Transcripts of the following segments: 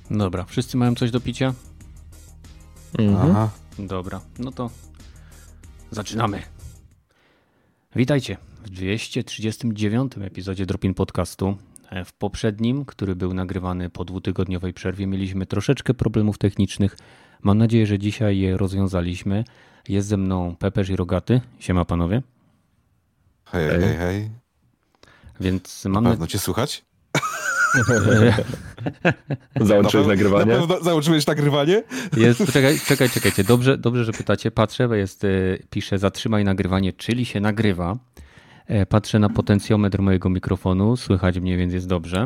Dobra, wszyscy mają coś do picia? Aha. Dobra, no to zaczynamy. Witajcie w 239 epizodzie Drop-in Podcastu. W poprzednim, który był nagrywany po 2-tygodniowej przerwie, mieliśmy troszeczkę problemów technicznych. Mam nadzieję, że dzisiaj je rozwiązaliśmy. Jest ze mną Pepeż i Rogaty. Siema panowie. Hej. Więc Na pewno cię słychać? Załączyłeś nagrywanie? Na pewno załączyłeś nagrywanie? Czekajcie. Dobrze, że pytacie. Patrzę, pisze zatrzymaj nagrywanie, czyli się nagrywa. Patrzę na potencjometr mojego mikrofonu. Słychać mnie, więc jest dobrze.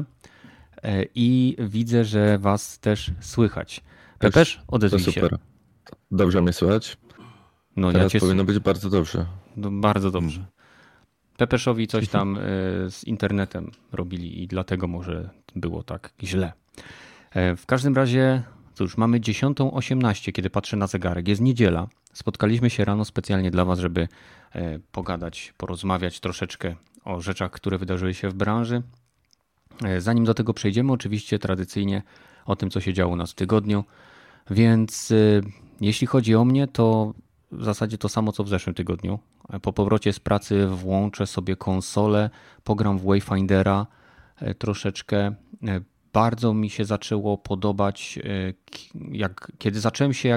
I widzę, że was też słychać. Pepeż, odezwij się. Super. Dobrze mnie słychać? No, Teraz powinno być bardzo dobrze. No, bardzo dobrze. Pepeszowi coś tam z internetem robili i dlatego może było tak źle. W każdym razie, cóż, mamy 10:18, kiedy patrzę na zegarek. Jest niedziela. Spotkaliśmy się rano specjalnie dla was, żeby pogadać, porozmawiać troszeczkę o rzeczach, które wydarzyły się w branży. Zanim do tego przejdziemy, oczywiście tradycyjnie o tym, co się działo u nas w tygodniu. Więc jeśli chodzi o mnie, to w zasadzie to samo, co w zeszłym tygodniu. Po powrocie z pracy włączę sobie konsolę, pogram w Wayfindera troszeczkę. Bardzo mi się zaczęło podobać, kiedy zacząłem się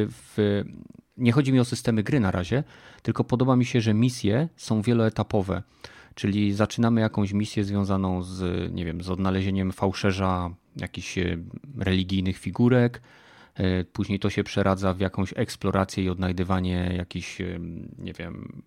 nie chodzi mi o systemy gry na razie, tylko podoba mi się, że misje są wieloetapowe. Czyli zaczynamy jakąś misję związaną z, nie wiem, z odnalezieniem fałszerza jakichś religijnych figurek. Później to się przeradza w jakąś eksplorację i odnajdywanie jakichś, nie wiem,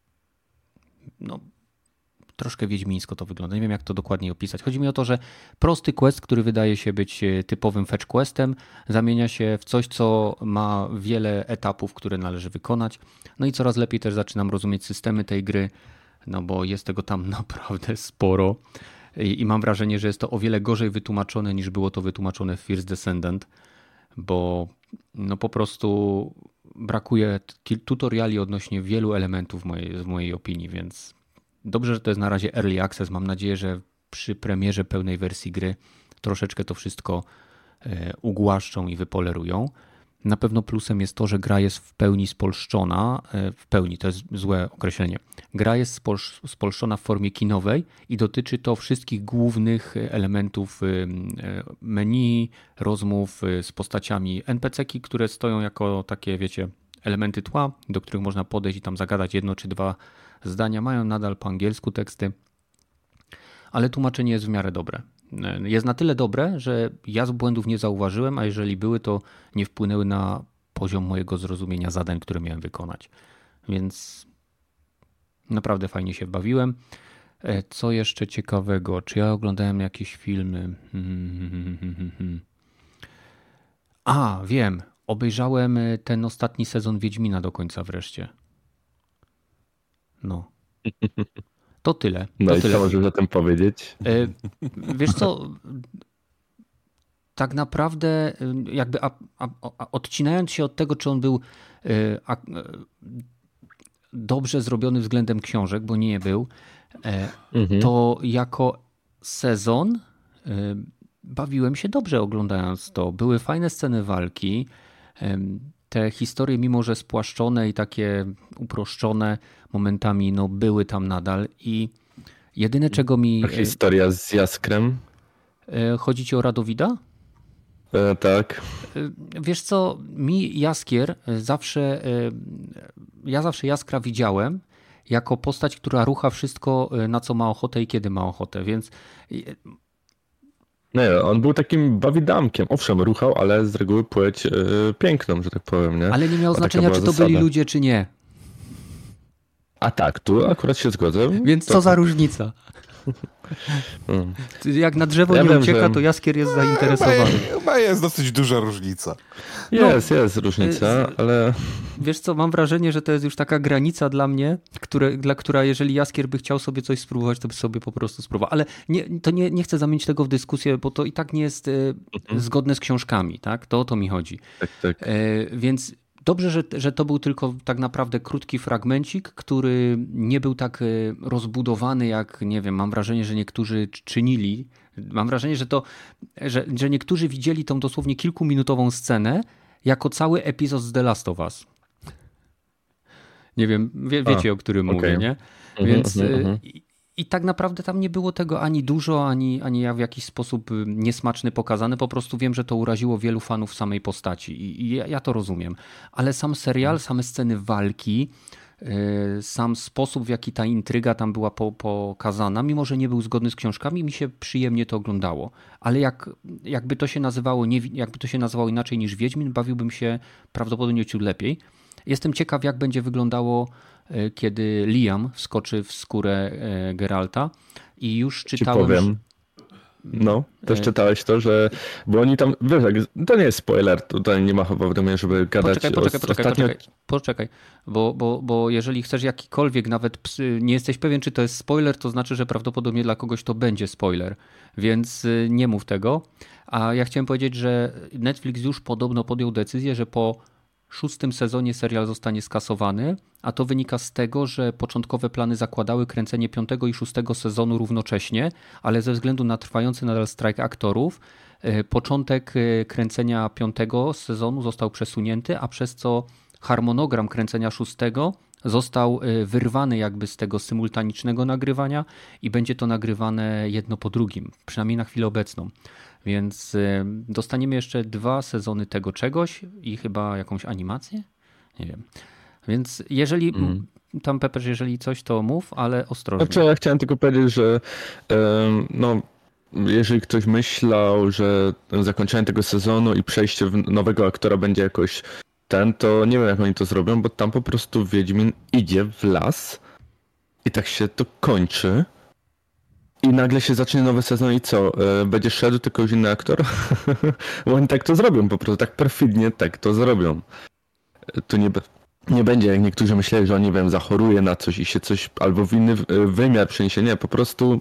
no troszkę wiedźmińsko to wygląda. Nie wiem, jak to dokładnie opisać. Chodzi mi o to, że prosty quest, który wydaje się być typowym fetch questem, zamienia się w coś, co ma wiele etapów, które należy wykonać. No i coraz lepiej też zaczynam rozumieć systemy tej gry, no bo jest tego tam naprawdę sporo. I mam wrażenie, że jest to o wiele gorzej wytłumaczone, niż było to wytłumaczone w First Descendant, bo no po prostu brakuje tutoriali odnośnie wielu elementów w mojej opinii, więc dobrze, że to jest na razie early access. Mam nadzieję, że przy premierze pełnej wersji gry troszeczkę to wszystko ugłaszczą i wypolerują. Na pewno plusem jest to, że gra jest w pełni spolszczona. W pełni, to jest złe określenie. Gra jest spolszczona w formie kinowej i dotyczy to wszystkich głównych elementów menu, rozmów z postaciami NPC-ki, które stoją jako takie, wiecie, elementy tła, do których można podejść i tam zagadać jedno czy dwa zdania. Mają nadal po angielsku teksty, ale tłumaczenie jest w miarę dobre. Jest na tyle dobre, że ja z błędów nie zauważyłem, a jeżeli były, to nie wpłynęły na poziom mojego zrozumienia zadań, które miałem wykonać. Więc naprawdę fajnie się bawiłem. Co jeszcze ciekawego? Czy ja oglądałem jakieś filmy? Wiem. Obejrzałem ten ostatni sezon Wiedźmina do końca wreszcie. No. To tyle. No i co możesz o tym powiedzieć? Wiesz co, tak naprawdę jakby odcinając się od tego, czy on był dobrze zrobiony względem książek, bo nie był, to jako sezon bawiłem się dobrze oglądając to. Były fajne sceny walki. Te historie, mimo że spłaszczone i takie uproszczone momentami, no były tam nadal i jedyne czego mi... A historia z Jaskrem? Chodzi ci o Radowida? Tak. Wiesz co, mi Jaskier ja zawsze Jaskra widziałem jako postać, która rucha wszystko, na co ma ochotę i kiedy ma ochotę, więc... Nie, on był takim bawidamkiem. Owszem, ruchał, ale z reguły płeć piękną, że tak powiem. Nie? Ale nie miało znaczenia, czy to byli ludzie, czy nie. A tak, tu akurat się zgodzę. Więc co za różnica? Jak na drzewo nie ucieka, to Jaskier jest zainteresowany. Chyba jest dosyć duża różnica. Jest różnica, ale... Wiesz co, mam wrażenie, że to jest już taka granica dla mnie, która jeżeli Jaskier by chciał sobie coś spróbować, to by sobie po prostu spróbował. Ale nie chcę zamienić tego w dyskusję, bo to i tak nie jest zgodne z książkami, tak? To o to mi chodzi. Tak. Więc Dobrze, że to był tylko tak naprawdę krótki fragmencik, który nie był tak rozbudowany jak, nie wiem, mam wrażenie, że niektórzy czynili. Mam wrażenie, że niektórzy widzieli tą dosłownie kilkuminutową scenę jako cały epizod z The Last of Us. Nie wiem, wiecie o którym mówię, nie? Więc i tak naprawdę tam nie było tego ani dużo, ani ja w jakiś sposób niesmaczny pokazane. Po prostu wiem, że to uraziło wielu fanów samej postaci i ja to rozumiem. Ale sam serial, same sceny walki, sam sposób, w jaki ta intryga tam była pokazana, mimo że nie był zgodny z książkami, mi się przyjemnie to oglądało. Ale jakby to się nazywało inaczej niż Wiedźmin, bawiłbym się prawdopodobnie ciut lepiej. Jestem ciekaw, jak będzie wyglądało, kiedy Liam wskoczy w skórę Geralta i już czytałem... Ci powiem. No, też czytałeś to, że... Bo oni tam... Wiesz, to nie jest spoiler, tutaj nie ma chyba wrażenia, żeby gadać... Poczekaj, bo jeżeli chcesz jakikolwiek, nawet nie jesteś pewien, czy to jest spoiler, to znaczy, że prawdopodobnie dla kogoś to będzie spoiler, więc nie mów tego. A ja chciałem powiedzieć, że Netflix już podobno podjął decyzję, że po 6. sezonie serial zostanie skasowany, a to wynika z tego, że początkowe plany zakładały kręcenie 5. i 6. sezonu równocześnie, ale ze względu na trwający nadal strajk aktorów, początek kręcenia 5. sezonu został przesunięty, a przez co harmonogram kręcenia 6. został wyrwany jakby z tego symultanicznego nagrywania i będzie to nagrywane jedno po drugim, przynajmniej na chwilę obecną. Więc dostaniemy jeszcze 2 sezony tego czegoś i chyba jakąś animację? Nie wiem. Więc jeżeli tam Pepper, jeżeli coś, to mów, ale ostrożnie. Znaczy, ja chciałem tylko powiedzieć, że no, jeżeli ktoś myślał, że zakończenie tego sezonu i przejście w nowego aktora będzie jakoś to nie wiem, jak oni to zrobią, bo tam po prostu Wiedźmin idzie w las i tak się to kończy. I nagle się zacznie nowy sezon i co? Będzie szedł tylko już inny aktor? Bo oni tak to zrobią po prostu, tak perfidnie tak to zrobią. Tu nie będzie, jak niektórzy myśleli, że on, nie wiem, zachoruje na coś i się coś albo w inny wymiar przeniesie. Nie, po prostu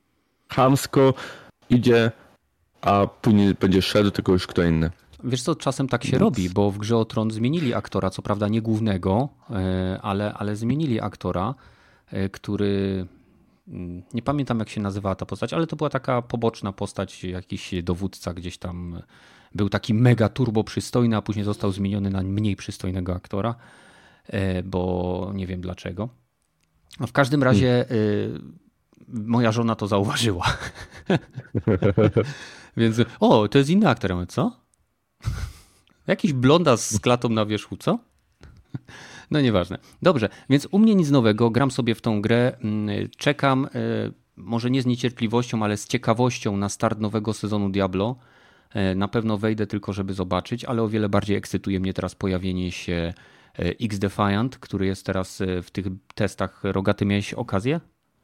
chamsko idzie, a później będzie szedł tylko już kto inny. Wiesz co, czasem tak się robi, bo w Grze o Tron zmienili aktora, co prawda nie głównego, ale zmienili aktora, który... Nie pamiętam, jak się nazywała ta postać, ale to była taka poboczna postać, jakiś dowódca gdzieś tam. Był taki mega turbo przystojny, a później został zmieniony na mniej przystojnego aktora, bo nie wiem dlaczego. No w każdym razie moja żona to zauważyła. Więc to jest inny aktor, co? Jakiś blondas z klatą na wierzchu, co? No nieważne. Dobrze, więc u mnie nic nowego. Gram sobie w tą grę. Czekam, może nie z niecierpliwością, ale z ciekawością na start nowego sezonu Diablo. Na pewno wejdę tylko, żeby zobaczyć, ale o wiele bardziej ekscytuje mnie teraz pojawienie się X-Defiant, który jest teraz w tych testach. Rogaty, miałeś okazję?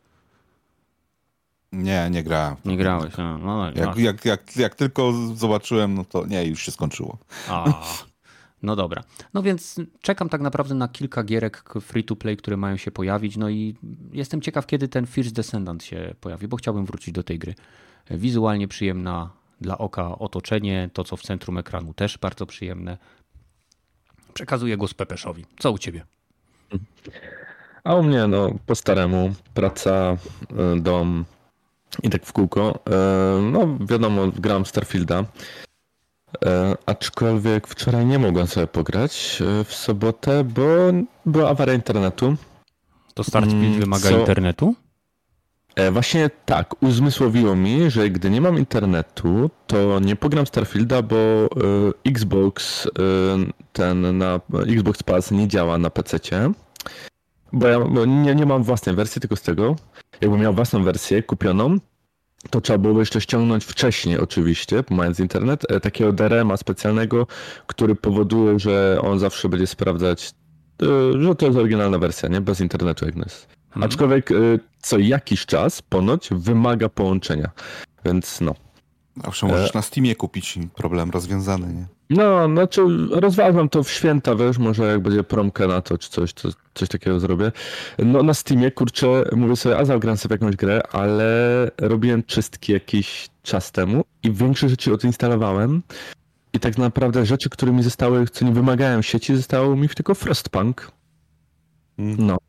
Nie grałem. Nie grałeś. No, jak tylko zobaczyłem, no to nie, już się skończyło. No dobra. No więc czekam tak naprawdę na kilka gierek free-to-play, które mają się pojawić. No i jestem ciekaw, kiedy ten First Descendant się pojawi, bo chciałbym wrócić do tej gry. Wizualnie przyjemna dla oka otoczenie, to co w centrum ekranu też bardzo przyjemne. Przekazuję głos Pepeszowi. Co u ciebie? A u mnie po staremu praca, dom i tak w kółko. No wiadomo, gram Starfielda. Aczkolwiek wczoraj nie mogłem sobie pograć w sobotę, bo była awaria internetu. To Starfield wymaga internetu? Właśnie tak, uzmysłowiło mi, że gdy nie mam internetu, to nie pogram Starfielda, bo Xbox na Xbox Pass nie działa na PC-cie. Bo ja nie mam własnej wersji, tylko z tego. Jakbym miał własną wersję kupioną, to trzeba było jeszcze ściągnąć wcześniej oczywiście, mając internet, takiego DRM-a specjalnego, który powoduje, że on zawsze będzie sprawdzać, że to jest oryginalna wersja, nie? Bez internetu jak jest. Aczkolwiek co jakiś czas ponoć wymaga połączenia, więc no. Zawsze możesz na Steamie kupić, problem rozwiązany, nie? No, znaczy rozważam to w święta, wiesz, może jak będzie promkę na to czy coś, to coś takiego zrobię. No na Steamie, kurczę, mówię sobie, zagram sobie jakąś grę, ale robiłem czystki jakiś czas temu i większość rzeczy odinstalowałem I tak naprawdę rzeczy, które mi zostały, co nie wymagają sieci, zostało mi tylko Frostpunk. No.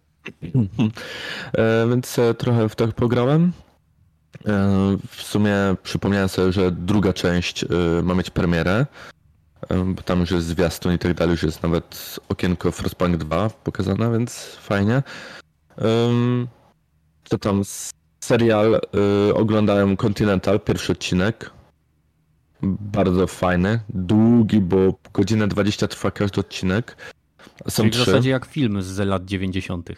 Więc trochę w to pograłem. W sumie przypomniałem sobie, że druga część ma mieć premierę, bo tam już jest zwiastun i tak dalej, już jest nawet okienko Frostpunk 2 pokazane, więc fajnie. Co tam? Serial oglądałem Continental, pierwszy odcinek. Bardzo fajny, długi, bo godzinę 20 trwa każdy odcinek. Są Czyli w 3. zasadzie jak film z lat 90.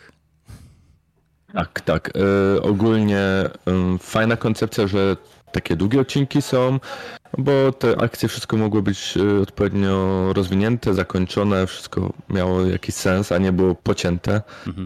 Tak. Ogólnie fajna koncepcja, że takie długie odcinki są, bo te akcje wszystko mogły być odpowiednio rozwinięte, zakończone, wszystko miało jakiś sens, a nie było pocięte.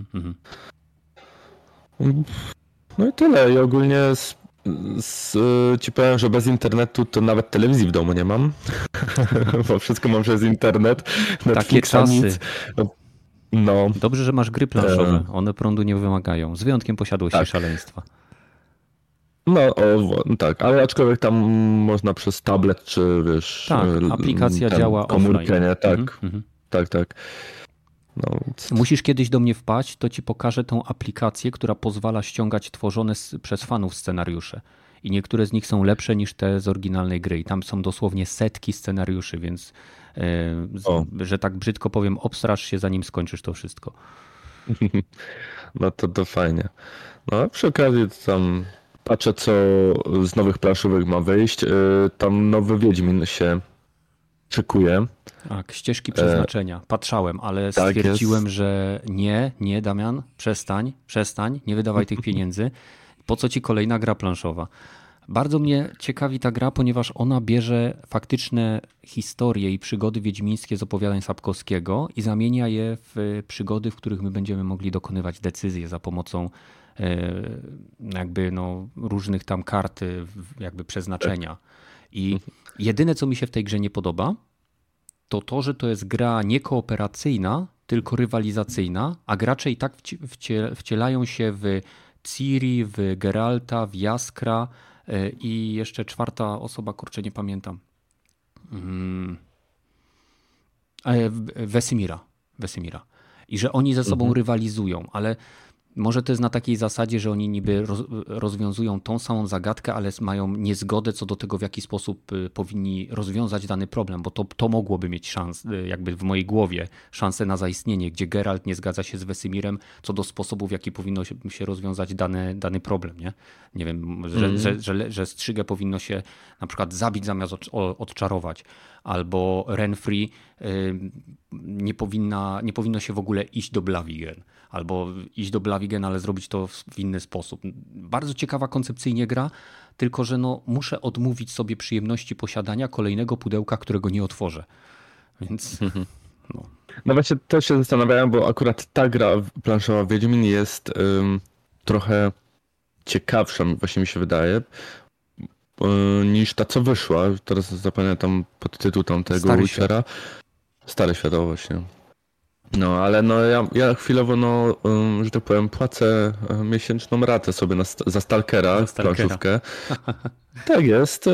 No i tyle. I ogólnie ci powiem, że bez internetu to nawet telewizji w domu nie mam, bo wszystko mam przez internet. Takie czasy. Nic. No. Dobrze, że masz gry planszowe. One prądu nie wymagają. Z wyjątkiem posiadłości szaleństwa. No, tak, ale aczkolwiek tam można przez tablet, czy wiesz... Tak, aplikacja działa komórkę, offline. Nie? Tak, tak. No. Musisz kiedyś do mnie wpaść, to ci pokażę tą aplikację, która pozwala ściągać tworzone przez fanów scenariusze. I niektóre z nich są lepsze niż te z oryginalnej gry. I tam są dosłownie setki scenariuszy, więc że tak brzydko powiem, obstrasz się zanim skończysz to wszystko. No to fajnie. No a przy okazji tam patrzę, co z nowych planszówek ma wyjść. Tam nowy Wiedźmin się szykuje. Tak, ścieżki przeznaczenia. Patrzałem, ale stwierdziłem, że nie, Damian, przestań, nie wydawaj tych pieniędzy. Po co ci kolejna gra planszowa? Bardzo mnie ciekawi ta gra, ponieważ ona bierze faktyczne historie i przygody wiedźmińskie z opowiadań Sapkowskiego i zamienia je w przygody, w których my będziemy mogli dokonywać decyzje za pomocą jakby różnych tam kart jakby przeznaczenia. I jedyne, co mi się w tej grze nie podoba, to, że to jest gra nie kooperacyjna, tylko rywalizacyjna, a gracze i tak wcielają się w Ciri, w Geralta, w Jaskra i jeszcze czwarta osoba, kurczę, nie pamiętam. Wesemira. I że oni ze sobą rywalizują, ale może to jest na takiej zasadzie, że oni niby rozwiązują tą samą zagadkę, ale mają niezgodę co do tego, w jaki sposób powinni rozwiązać dany problem, bo to mogłoby mieć szansę, jakby w mojej głowie, szansę na zaistnienie, gdzie Geralt nie zgadza się z Wesemirem co do sposobu, w jaki powinno się rozwiązać dany problem. Nie wiem, że strzygę powinno się na przykład zabić zamiast odczarować, albo Renfri nie powinno się w ogóle iść do Blaviken, albo iść do Blaviken, ale zrobić to w inny sposób. Bardzo ciekawa koncepcyjnie gra, tylko że muszę odmówić sobie przyjemności posiadania kolejnego pudełka, którego nie otworzę. Więc No właśnie też się zastanawiałem, bo akurat ta gra planszowa Wiedźmin jest trochę ciekawsza, właśnie mi się wydaje, niż ta, co wyszła. Teraz zapamiętam podtytuł tamtego Witchera. Stary Świat, właśnie. No, ale ja chwilowo, że tak powiem, płacę miesięczną ratę sobie za Stalkera, planszówkę. Tak jest,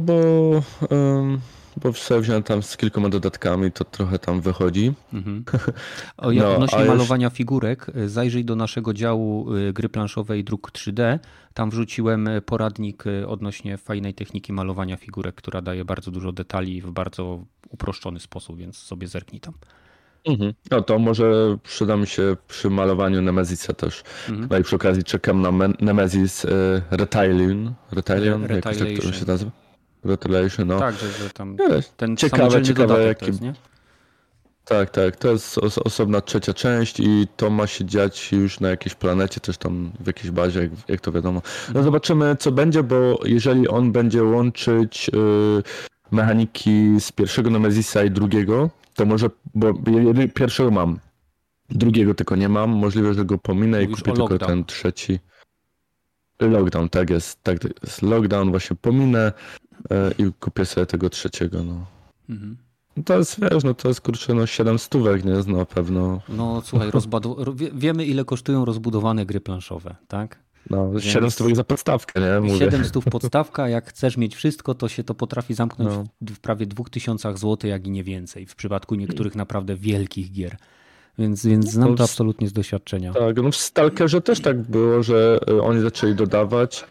bo sobie wziąłem tam z kilkoma dodatkami, to trochę tam wychodzi. Odnośnie malowania figurek, zajrzyj do naszego działu gry planszowe i druk 3D. Tam wrzuciłem poradnik odnośnie fajnej techniki malowania figurek, która daje bardzo dużo detali w bardzo uproszczony sposób, więc sobie zerknij tam. No to może przyda mi się przy malowaniu Nemezisa też. No i przy okazji czekam na Nemesis Retaliation. Jak to się nazywa? Retaliation, no. Tak, że tam ten ciekawe dodatek jaki... to jest, nie? Tak, to jest osobna trzecia część i to ma się dziać już na jakiejś planecie, też tam w jakiejś bazie, jak to wiadomo. No zobaczymy, co będzie, bo jeżeli on będzie łączyć mechaniki z pierwszego Nemezisa i drugiego, to może, bo pierwszego mam, drugiego tylko nie mam, możliwe, że go pominę. Mówisz i kupię tylko ten trzeci. Lockdown, tak jest. Lockdown właśnie pominę i kupię sobie tego trzeciego. No. To jest, to jest kurczę, 7 stówek, nie? Na pewno. No słuchaj, wiemy ile kosztują rozbudowane gry planszowe, tak? No, 700 za podstawkę, nie? Mówię. 700 podstawka, jak chcesz mieć wszystko, to się to potrafi zamknąć w prawie 2000 zł, jak i nie więcej, w przypadku niektórych naprawdę wielkich gier. Więc znam to absolutnie z doświadczenia. Tak, no w Stalkerze też tak było, że oni zaczęli dodawać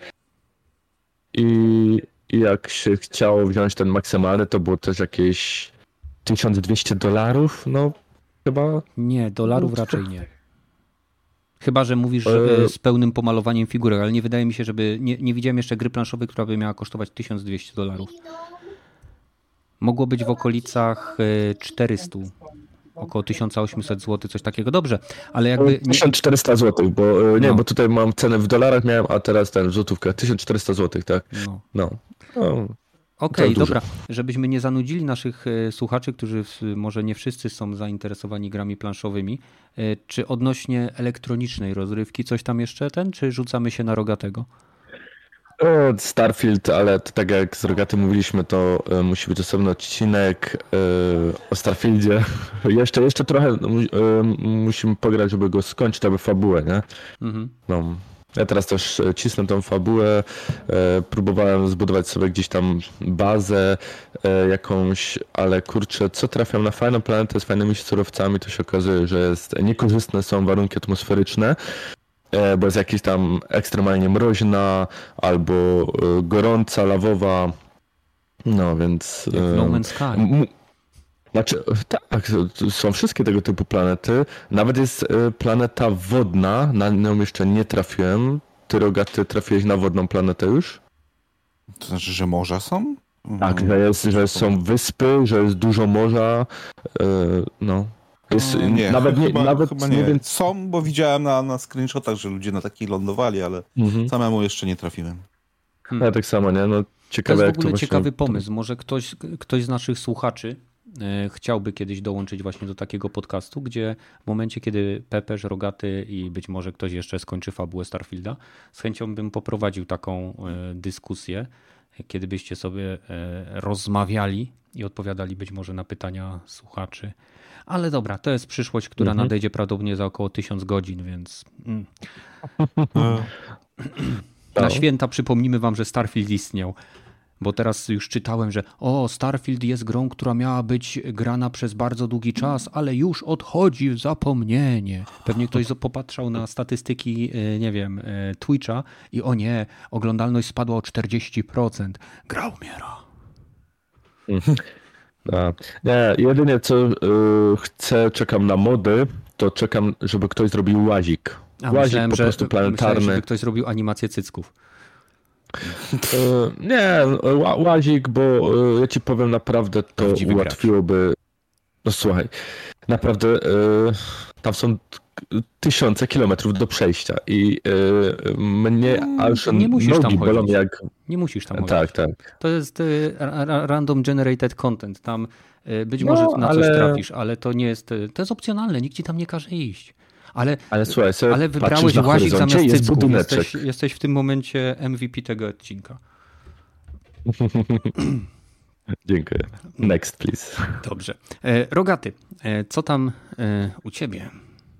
i jak się chciało wziąć ten maksymalny, to było też jakieś $1200, no chyba. Nie, dolarów raczej nie. Chyba, że mówisz z pełnym pomalowaniem figurek, ale nie wydaje mi się, żeby... Nie widziałem jeszcze gry planszowej, która by miała kosztować $1200. Mogło być w okolicach 400, około 1800 zł, coś takiego. Dobrze, ale jakby... 1400 zł, bo nie, bo tutaj mam cenę w dolarach miałem, a teraz ten w złotówkach. 1400 zł, tak? No. Okej, dobra. Żebyśmy nie zanudzili naszych słuchaczy, którzy może nie wszyscy są zainteresowani grami planszowymi, czy odnośnie elektronicznej rozrywki coś tam jeszcze czy rzucamy się na Rogatego? Starfield, ale to tak jak z Rogatym mówiliśmy, to musi być osobny odcinek o Starfieldzie. Jeszcze trochę musimy pograć, żeby go skończyć, aby fabułę, nie? Mhm. No. Ja teraz też cisnę tą fabułę, próbowałem zbudować sobie gdzieś tam bazę jakąś, ale kurczę, co trafiam na fajną planetę z fajnymi surowcami, to się okazuje, że niekorzystne są warunki atmosferyczne, bo jest jakaś tam ekstremalnie mroźna albo gorąca, lawowa, no więc... Jak No Man's Sky. Znaczy, tak, są wszystkie tego typu planety. Nawet jest planeta wodna, na nią jeszcze nie trafiłem. Ty, Rogaty, trafiłeś na wodną planetę już? To znaczy, że morza są? Tak, że są wyspy, że jest dużo morza, no. Jest, nie, nawet chyba nie wiem. Są, bo widziałem na screenshotach, że ludzie na takich lądowali, ale samemu jeszcze nie trafiłem. Ja tak samo, nie? No, ciekawe, to jest w ogóle ciekawy pomysł. Może ktoś z naszych słuchaczy chciałby kiedyś dołączyć właśnie do takiego podcastu, gdzie w momencie, kiedy Pepeż, Rogaty i być może ktoś jeszcze skończy fabułę Starfielda, z chęcią bym poprowadził taką dyskusję, kiedy byście sobie rozmawiali i odpowiadali być może na pytania słuchaczy. Ale dobra, to jest przyszłość, która nadejdzie prawdopodobnie za około 1000 godzin, więc... Na święta przypomnimy wam, że Starfield istniał. Bo teraz już czytałem, że Starfield jest grą, która miała być grana przez bardzo długi czas, ale już odchodzi w zapomnienie. Pewnie ktoś popatrzał na statystyki, nie wiem, Twitcha i nie, oglądalność spadła o 40%. Gra umiera. Nie, jedynie co czekam na mody, to czekam, żeby ktoś zrobił łazik. Łazik po prostu planetarny. Myślałem, żeby ktoś zrobił animację cycków. Nie, łazik, bo ja ci powiem naprawdę, to ułatwiłoby. No słuchaj, naprawdę tam są 1000 kilometrów do przejścia i mnie aż nie musisz nogi tam bolą chodzić. jak... Nie musisz tam chodzić. Tak. To jest random generated content. Tam być może na coś trafisz, ale to nie jest... To jest opcjonalne, nikt ci tam nie każe iść. Ale słuchaj, ale wybrałeś łazik zamiast cycków. Jesteś w tym momencie MVP tego odcinka. Dziękuję. Next, please. Dobrze. Rogaty, co tam u ciebie?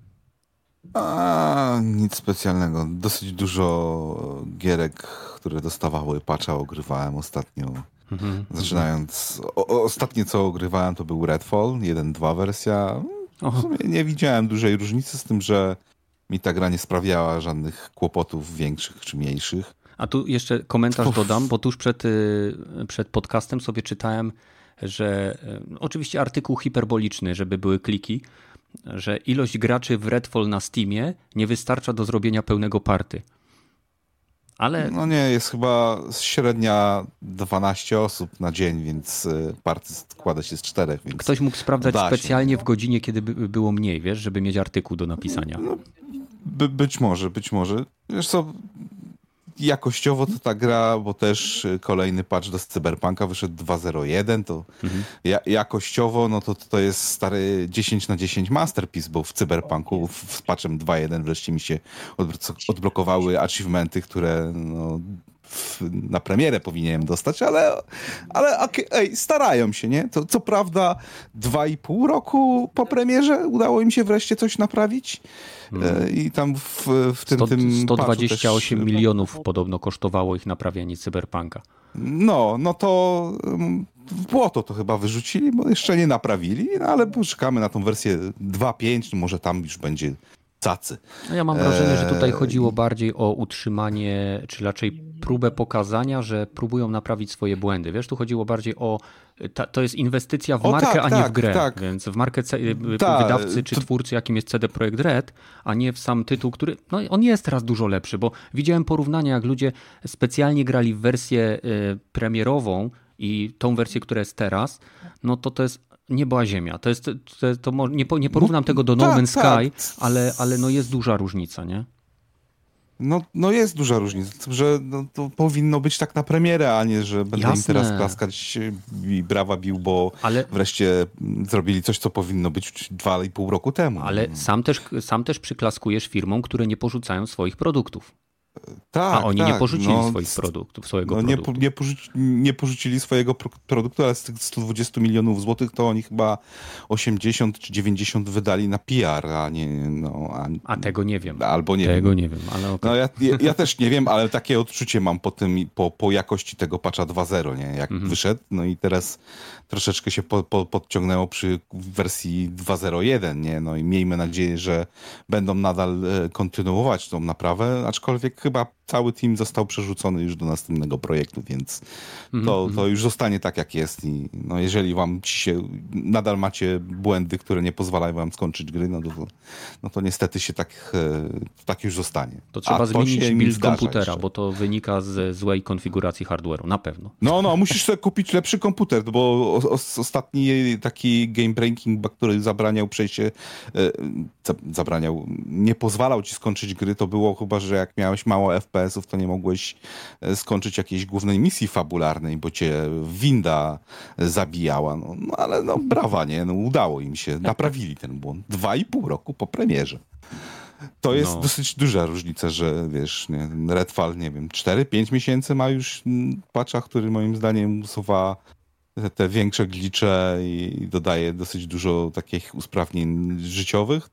Nic specjalnego. Dosyć dużo gierek, które dostawały patcha, ogrywałem ostatnio. Zaczynając... Ostatnie, co ogrywałem, to był Redfall 1.2 wersja. W sumie nie widziałem dużej różnicy z tym, że mi ta gra nie sprawiała żadnych kłopotów większych czy mniejszych. A tu jeszcze komentarz dodam, bo tuż przed podcastem sobie czytałem, że oczywiście artykuł hiperboliczny, żeby były kliki, że ilość graczy w Redfall na Steamie nie wystarcza do zrobienia pełnego party. Ale... No nie, jest chyba średnia 12 osób na dzień, więc party składa się z 4. Więc ktoś mógł sprawdzać specjalnie w godzinie, kiedy było mniej, wiesz, żeby mieć artykuł do napisania. No, być może. Wiesz co, jakościowo to ta gra, bo też kolejny patch do Cyberpunka wyszedł 2.0.1, to jakościowo no to jest stary 10/10 masterpiece, bo w Cyberpunku z patchem 2.1 wreszcie mi się odblokowały achievementy, które no, na premierę powinienem dostać, ale starają się, nie? To co prawda 2,5 roku po premierze udało im się wreszcie coś naprawić. I tam w tym 128 też, milionów podobno kosztowało ich naprawianie Cyberpunka. No to błoto to chyba wyrzucili, bo jeszcze nie naprawili, no ale poczekamy na tą wersję 2.5, no może tam już będzie cacy. No ja mam wrażenie, że tutaj chodziło bardziej o utrzymanie, czy raczej próbę pokazania, że próbują naprawić swoje błędy. Wiesz, tu chodziło bardziej o... To jest inwestycja w markę, a nie w grę. Tak. Więc w markę wydawcy czy twórcy, jakim jest CD Projekt Red, a nie w sam tytuł, który... No on jest teraz dużo lepszy, bo widziałem porównania, jak ludzie specjalnie grali w wersję premierową i tą wersję, która jest teraz, no to jest nieba ziemia. Nie porównam tego do No Man's Sky, ale no jest duża różnica, nie? No jest duża różnica, że to powinno być tak na premierę, a nie, że będę im teraz klaskać i brawa bił, bo wreszcie zrobili coś, co powinno być 2,5 roku temu. Ale sam też przyklaskujesz firmom, które nie porzucają swoich produktów. Tak, a oni nie porzucili swoich produktów, swojego produktu. Nie porzucili swojego produktu, ale z tych 120 milionów złotych to oni chyba 80 czy 90 wydali na PR, a nie... A tego nie wiem. Albo nie tego wiem. Nie wiem, ale okay. No ja też nie wiem, ale takie odczucie mam po jakości tego patcha 2.0, nie? Jak wyszedł, no i teraz troszeczkę się podciągnęło przy wersji 2.0.1, nie? No i miejmy nadzieję, że będą nadal kontynuować tą naprawę, aczkolwiek chyba cały team został przerzucony już do następnego projektu, więc to już zostanie tak, jak jest i no jeżeli nadal macie błędy, które nie pozwalają wam skończyć gry, no to niestety się tak już zostanie. To trzeba zmienić build komputera, bo to wynika z złej konfiguracji hardware'u, na pewno. No, musisz sobie kupić lepszy komputer, bo ostatni taki game breaking, który nie pozwalał ci skończyć gry, to było chyba, że jak miałeś mało FPS-ów, to nie mogłeś skończyć jakiejś głównej misji fabularnej, bo cię winda zabijała. No ale brawa, nie? No, udało im się. Naprawili ten błąd. 2,5 roku po premierze. To jest dosyć duża różnica, że wiesz, Redfall, nie wiem, 4-5 miesięcy ma już patcha, który moim zdaniem usuwa te większe glitche i dodaje dosyć dużo takich usprawnień życiowych,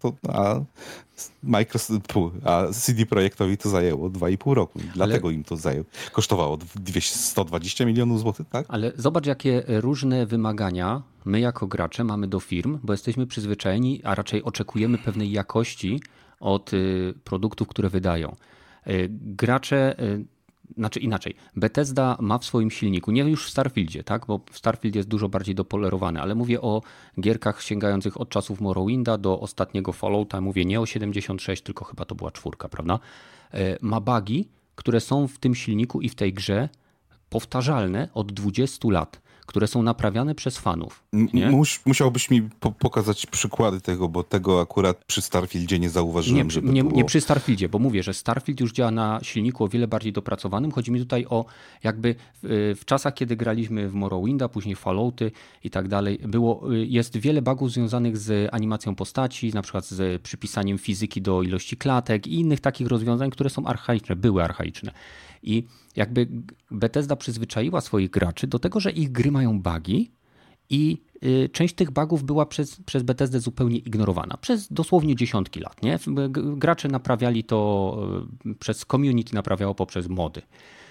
a CD Projektowi to zajęło 2,5 roku. Dlatego im to kosztowało 120 milionów złotych, tak? Ale zobacz, jakie różne wymagania my jako gracze mamy do firm, bo jesteśmy przyzwyczajeni, a raczej oczekujemy pewnej jakości od produktów, które wydają. Gracze... Znaczy inaczej, Bethesda ma w swoim silniku, nie już w Starfieldzie, tak? Bo Starfield jest dużo bardziej dopolerowany, ale mówię o gierkach sięgających od czasów Morrowinda do ostatniego Fallouta, mówię nie o 76, tylko chyba to była 4, prawda? Ma bugi, które są w tym silniku i w tej grze powtarzalne od 20 lat, które są naprawiane przez fanów. Musiałbyś mi pokazać przykłady tego, bo tego akurat przy Starfieldzie nie zauważyłem, nie przy Starfieldzie, bo mówię, że Starfield już działa na silniku o wiele bardziej dopracowanym. Chodzi mi tutaj o jakby w czasach, kiedy graliśmy w Morrowinda, później Fallouty i tak dalej, jest wiele bugów związanych z animacją postaci, na przykład z przypisaniem fizyki do ilości klatek i innych takich rozwiązań, które są archaiczne, były archaiczne. I jakby Bethesda przyzwyczaiła swoich graczy do tego, że ich gry mają bugi i część tych bugów była przez Bethesdę zupełnie ignorowana. Przez dosłownie dziesiątki lat. Nie? Gracze naprawiali to przez community, naprawiało poprzez mody.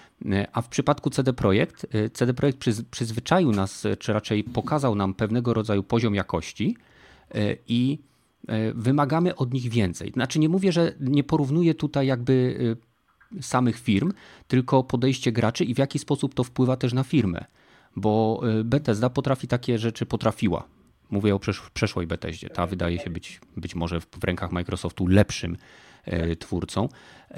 A w przypadku CD Projekt przyzwyczaił nas, czy raczej pokazał nam pewnego rodzaju poziom jakości i wymagamy od nich więcej. Znaczy nie mówię, że nie porównuję tutaj jakby samych firm, tylko podejście graczy i w jaki sposób to wpływa też na firmę. Bo Bethesda potrafiła. Mówię o przeszłej Bethesdzie. Ta wydaje się być może w rękach Microsoftu lepszym twórcą.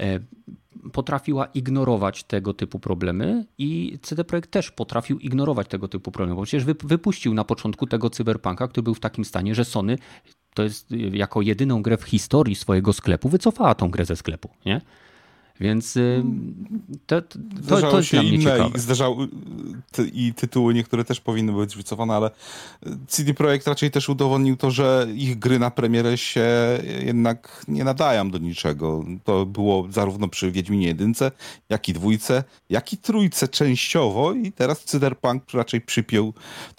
Potrafiła ignorować tego typu problemy i CD Projekt też potrafił ignorować tego typu problemy. Bo przecież wypuścił na początku tego Cyberpunka, który był w takim stanie, że Sony to jest jako jedyną grę w historii swojego sklepu wycofała tą grę ze sklepu. Nie? Więc to jest dla mnie ciekawe. I tytuły niektóre też powinny być wycofane, ale CD Projekt raczej też udowodnił to, że ich gry na premierę się jednak nie nadają do niczego. To było zarówno przy Wiedźminie 1, jak i 2, jak i 3 częściowo i teraz Cyberpunk raczej przypiął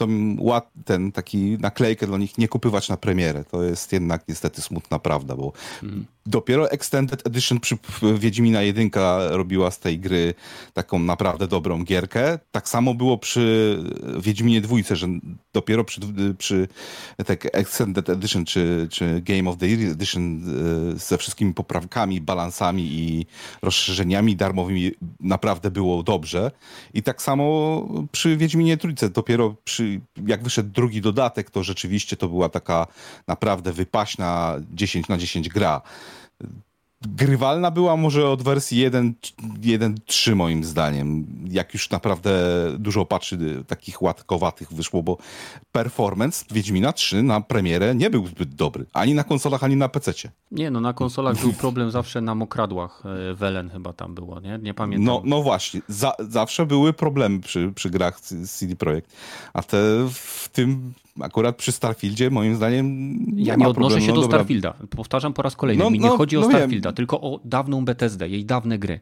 ten taki naklejkę dla nich nie kupywać na premierę. To jest jednak niestety smutna prawda, bo dopiero Extended Edition przy Wiedźmina 1 robiła z tej gry taką naprawdę dobrą gierkę. Tak samo było przy Wiedźminie 2, że dopiero przy tak Extended Edition czy Game of the Year Edition ze wszystkimi poprawkami, balansami i rozszerzeniami darmowymi naprawdę było dobrze. I tak samo przy Wiedźminie 3. Dopiero jak wyszedł drugi dodatek, to rzeczywiście to była taka naprawdę wypaśna 10/10 gra. Grywalna była może od wersji 1.3 moim zdaniem, jak już naprawdę dużo patrzy takich łatkowatych wyszło, bo performance Wiedźmina 3 na premierę nie był zbyt dobry, ani na konsolach, ani na PC-cie. Nie, no na konsolach był problem zawsze na mokradłach. Welen chyba tam było, nie pamiętam. No właśnie, zawsze były problemy przy grach CD Projekt, a w tym akurat przy Starfieldzie moim zdaniem ja nie odnoszę się do Starfielda. Powtarzam po raz kolejny. Mi nie chodzi o Starfielda, tylko o dawną Bethesdę, jej dawne gry.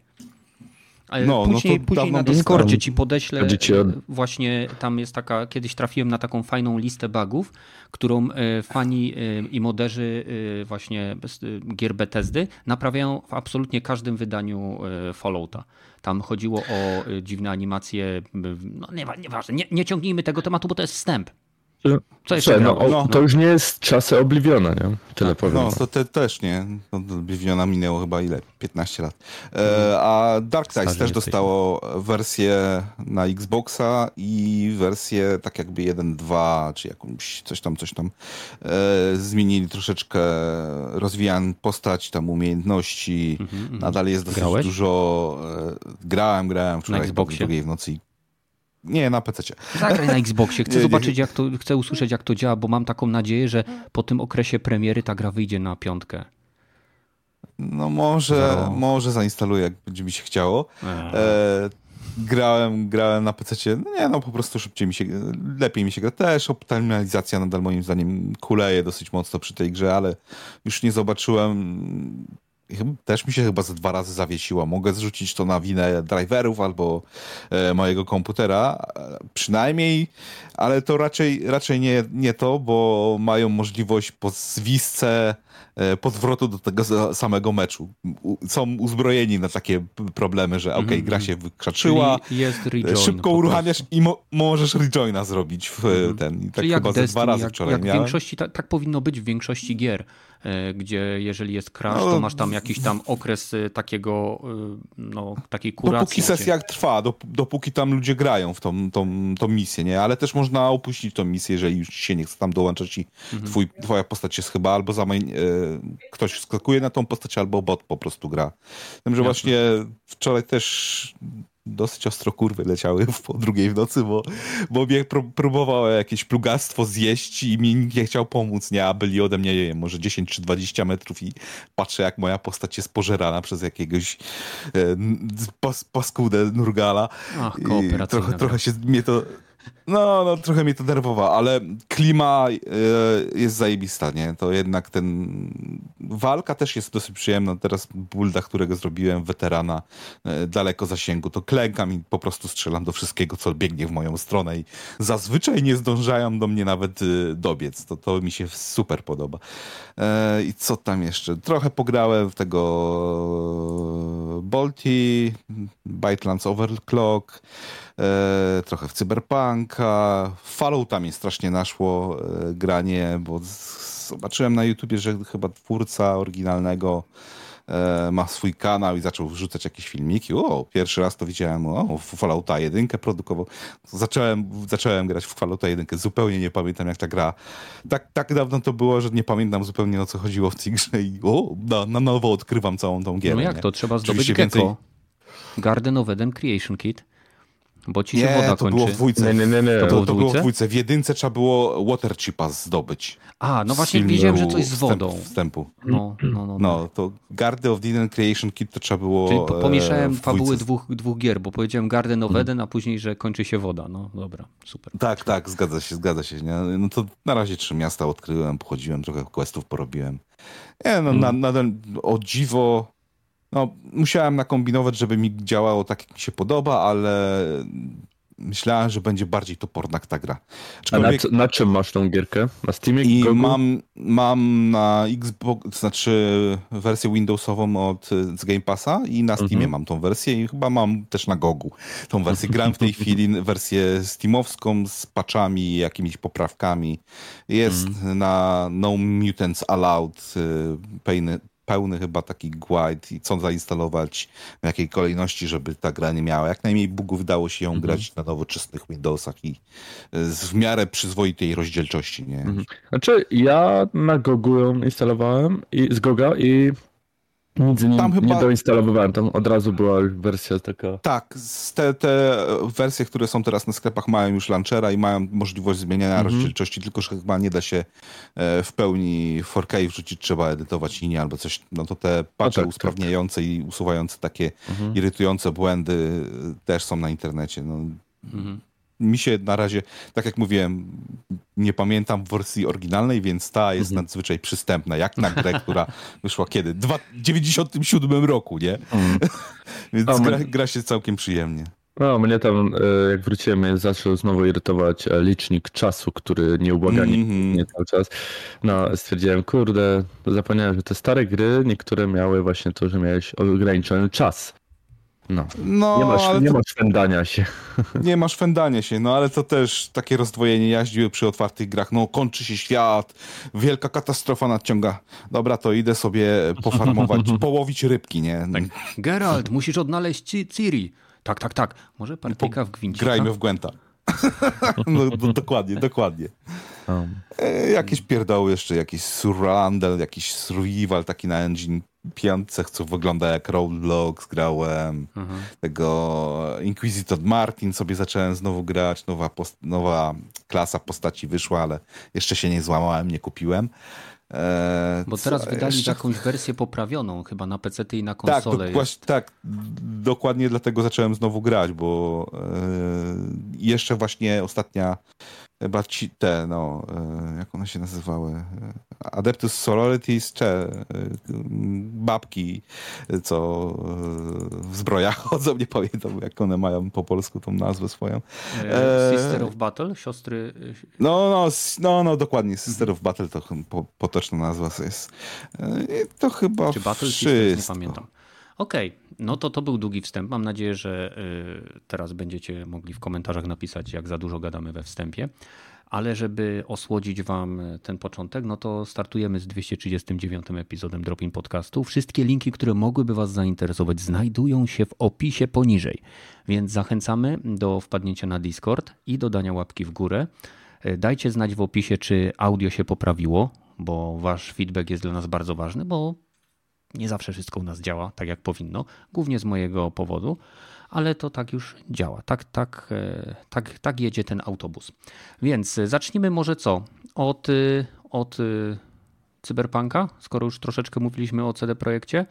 Później na Discordzie ci podeślę, właśnie tam jest taka, kiedyś trafiłem na taką fajną listę bugów, którą fani i moderzy właśnie gier Bethesdy naprawiają w absolutnie każdym wydaniu Fallouta. Tam chodziło o dziwne animacje, nieważne, nie ciągnijmy tego tematu, bo to jest wstęp. Co jeszcze to już nie jest czasy Obliviona, nie? Tyle powiem. No, to też nie. Obliviona minęło chyba 15 lat. A Dark Tides też dostało wersję na Xboxa i wersję tak jakby 1.2, czy jakąś coś tam. Zmienili troszeczkę, rozwijałem postać, tam umiejętności. Nadal jest dosyć dużo. Grałem wczoraj o 2 w nocy. Nie, na PC-cie. Zagraj na Xboxie. Chcę usłyszeć, jak to działa, bo mam taką nadzieję, że po tym okresie premiery ta gra wyjdzie na 5. No może zainstaluję, jak będzie mi się chciało. Grałem na PC-cie. Po prostu lepiej mi się gra. Też optymalizacja nadal moim zdaniem kuleje dosyć mocno przy tej grze, ale już nie zobaczyłem. Też mi się chyba ze 2 razy zawiesiła. Mogę zrzucić to na winę driverów albo mojego komputera. Przynajmniej, ale to raczej nie to, bo mają możliwość po zwisce podwrotu do tego samego meczu. Są uzbrojeni na takie problemy, że gra się wykrzaczyła, szybko uruchamiasz i możesz rejoina zrobić w ten. I tak chyba ze 2 razy wczoraj miałem. W większości, tak powinno być w większości gier, gdzie jeżeli jest crash, to masz tam jakiś tam okres takiej kuracji. Dopóki sesja trwa, dopóki tam ludzie grają w tą misję, nie? Ale też można opuścić tą misję, jeżeli już się nie chce tam dołączać i twoja postać jest chyba albo ktoś wskakuje na tą postać, albo bot po prostu gra. Tym, że właśnie wczoraj też dosyć ostro kurwy leciały po 2 w nocy, bo mnie próbowało jakieś plugastwo zjeść i mi nikt nie chciał pomóc, nie? A byli ode mnie, nie wiem, może 10 czy 20 metrów i patrzę, jak moja postać jest pożerana przez jakiegoś paskudę Nurgala. Ach, kooperacyjna. Trochę się mnie to... trochę mnie to nerwowało, ale klima jest zajebista, nie? To jednak walka też jest dosyć przyjemna. Teraz builda, którego zrobiłem, weterana daleko zasięgu, to klękam i po prostu strzelam do wszystkiego, co biegnie w moją stronę i zazwyczaj nie zdążają do mnie nawet dobiec. To mi się super podoba. I co tam jeszcze? Trochę pograłem w tego Bolty, Bytelands Overclock, trochę w Cyberpunka. Fallouta mi strasznie naszło granie, bo zobaczyłem na YouTubie, że chyba twórca oryginalnego ma swój kanał i zaczął wrzucać jakieś filmiki. Pierwszy raz to widziałem, Fallouta 1 produkował. Zacząłem grać w Fallouta 1. Zupełnie nie pamiętam, jak ta gra. Tak dawno to było, że nie pamiętam zupełnie, o co chodziło w tej grze i na nowo odkrywam całą tą gierę. No jak to? Trzeba zdobyć Gecko. Garden of Eden Creation Kit. bo ci się woda kończy. Było w dwójce. Nie. To było w dwójce. W jedynce trzeba było water chipa zdobyć. No właśnie widziałem, że coś z wodą. Wstępu. No, to Garden of Eden Creation Kit to trzeba było. Czyli pomieszałem fabuły dwóch gier, bo powiedziałem Garden of Eden, a później, że kończy się woda. No dobra, super. Tak, zgadza się. Nie? No to na razie 3 miasta odkryłem, pochodziłem, trochę questów porobiłem. Nadal o dziwo. Musiałem nakombinować, żeby mi działało tak, jak mi się podoba, ale myślałem, że będzie bardziej toporna ta gra. Aczkolwiek... A na czym masz tą gierkę? Na Steamie? I mam na Xbox, to znaczy wersję Windowsową z Game Passa i na Steamie mam tą wersję i chyba mam też na Gogu tą wersję. Gram w tej chwili wersję Steamowską z patchami, jakimiś poprawkami. Jest na No Mutants Allowed pełny chyba taki guide i co zainstalować, w jakiej kolejności, żeby ta gra nie miała. Jak najmniej bugów dało się ją grać na nowoczesnych Windowsach i w miarę przyzwoitej rozdzielczości. Nie? Znaczy ja na Gogu ją instalowałem z Goga i nic nie doinstalowałem. Tam od razu była wersja taka... Tak, te wersje, które są teraz na sklepach mają już launchera i mają możliwość zmieniania rozdzielczości, tylko że chyba nie da się w pełni 4K wrzucić, trzeba edytować linie albo coś. No to te patche usprawniające i usuwające takie irytujące błędy też są na internecie. Mi się na razie, tak jak mówiłem, nie pamiętam wersji oryginalnej, więc ta jest nadzwyczaj przystępna, jak na grę, która wyszła kiedy? W 97 roku, nie? Więc gra się całkiem przyjemnie. Mnie tam, jak wróciłem, zaczął znowu irytować licznik czasu, który nieubłaganie cały czas. Stwierdziłem, kurde, zapomniałem, że te stare gry, niektóre miały właśnie to, że miałeś ograniczony czas. Nie masz szwendania się. Nie masz szwendania się, ale to też takie rozdwojenie jaździły przy otwartych grach. Kończy się świat, wielka katastrofa nadciąga. Dobra, to idę sobie pofarmować, połowić rybki, nie? Tak. Geralt, musisz odnaleźć Ciri. Tak. Może partyjka w gwincika? Grajmy w Gwenta. Dokładnie. Jakieś pierdoły jeszcze, jakiś surroundel, jakiś survival taki na Engine 5, co wygląda jak Roblox, grałem. Tego Inquisitor Martin sobie zacząłem znowu grać, nowa klasa postaci wyszła, ale jeszcze się nie złamałem, nie kupiłem. Bo teraz wydali jakąś wersję poprawioną chyba na PC i na konsolę. Tak, dokładnie dlatego zacząłem znowu grać, bo jeszcze właśnie ostatnia chyba jak one się nazywały? Adeptus Sororities, babki, co w zbrojach chodzą, nie pamiętam jak one mają po polsku tą nazwę swoją. Sister of Battle? Siostry... Dokładnie. Sister of Battle to potoczna nazwa jest. To chyba czy Battle Sisters? Nie pamiętam. Okej, to był długi wstęp. Mam nadzieję, że teraz będziecie mogli w komentarzach napisać, jak za dużo gadamy we wstępie. Ale żeby osłodzić wam ten początek, to startujemy z 239 epizodem Drop-In Podcastu. Wszystkie linki, które mogłyby was zainteresować, znajdują się w opisie poniżej. Więc zachęcamy do wpadnięcia na Discord i dodania łapki w górę. Dajcie znać w opisie, czy audio się poprawiło, bo wasz feedback jest dla nas bardzo ważny, bo nie zawsze wszystko u nas działa tak, jak powinno. Głównie z mojego powodu. Ale to tak już działa. Tak jedzie ten autobus. Więc zacznijmy może od Cyberpunka, skoro już troszeczkę mówiliśmy o CD Projekcie.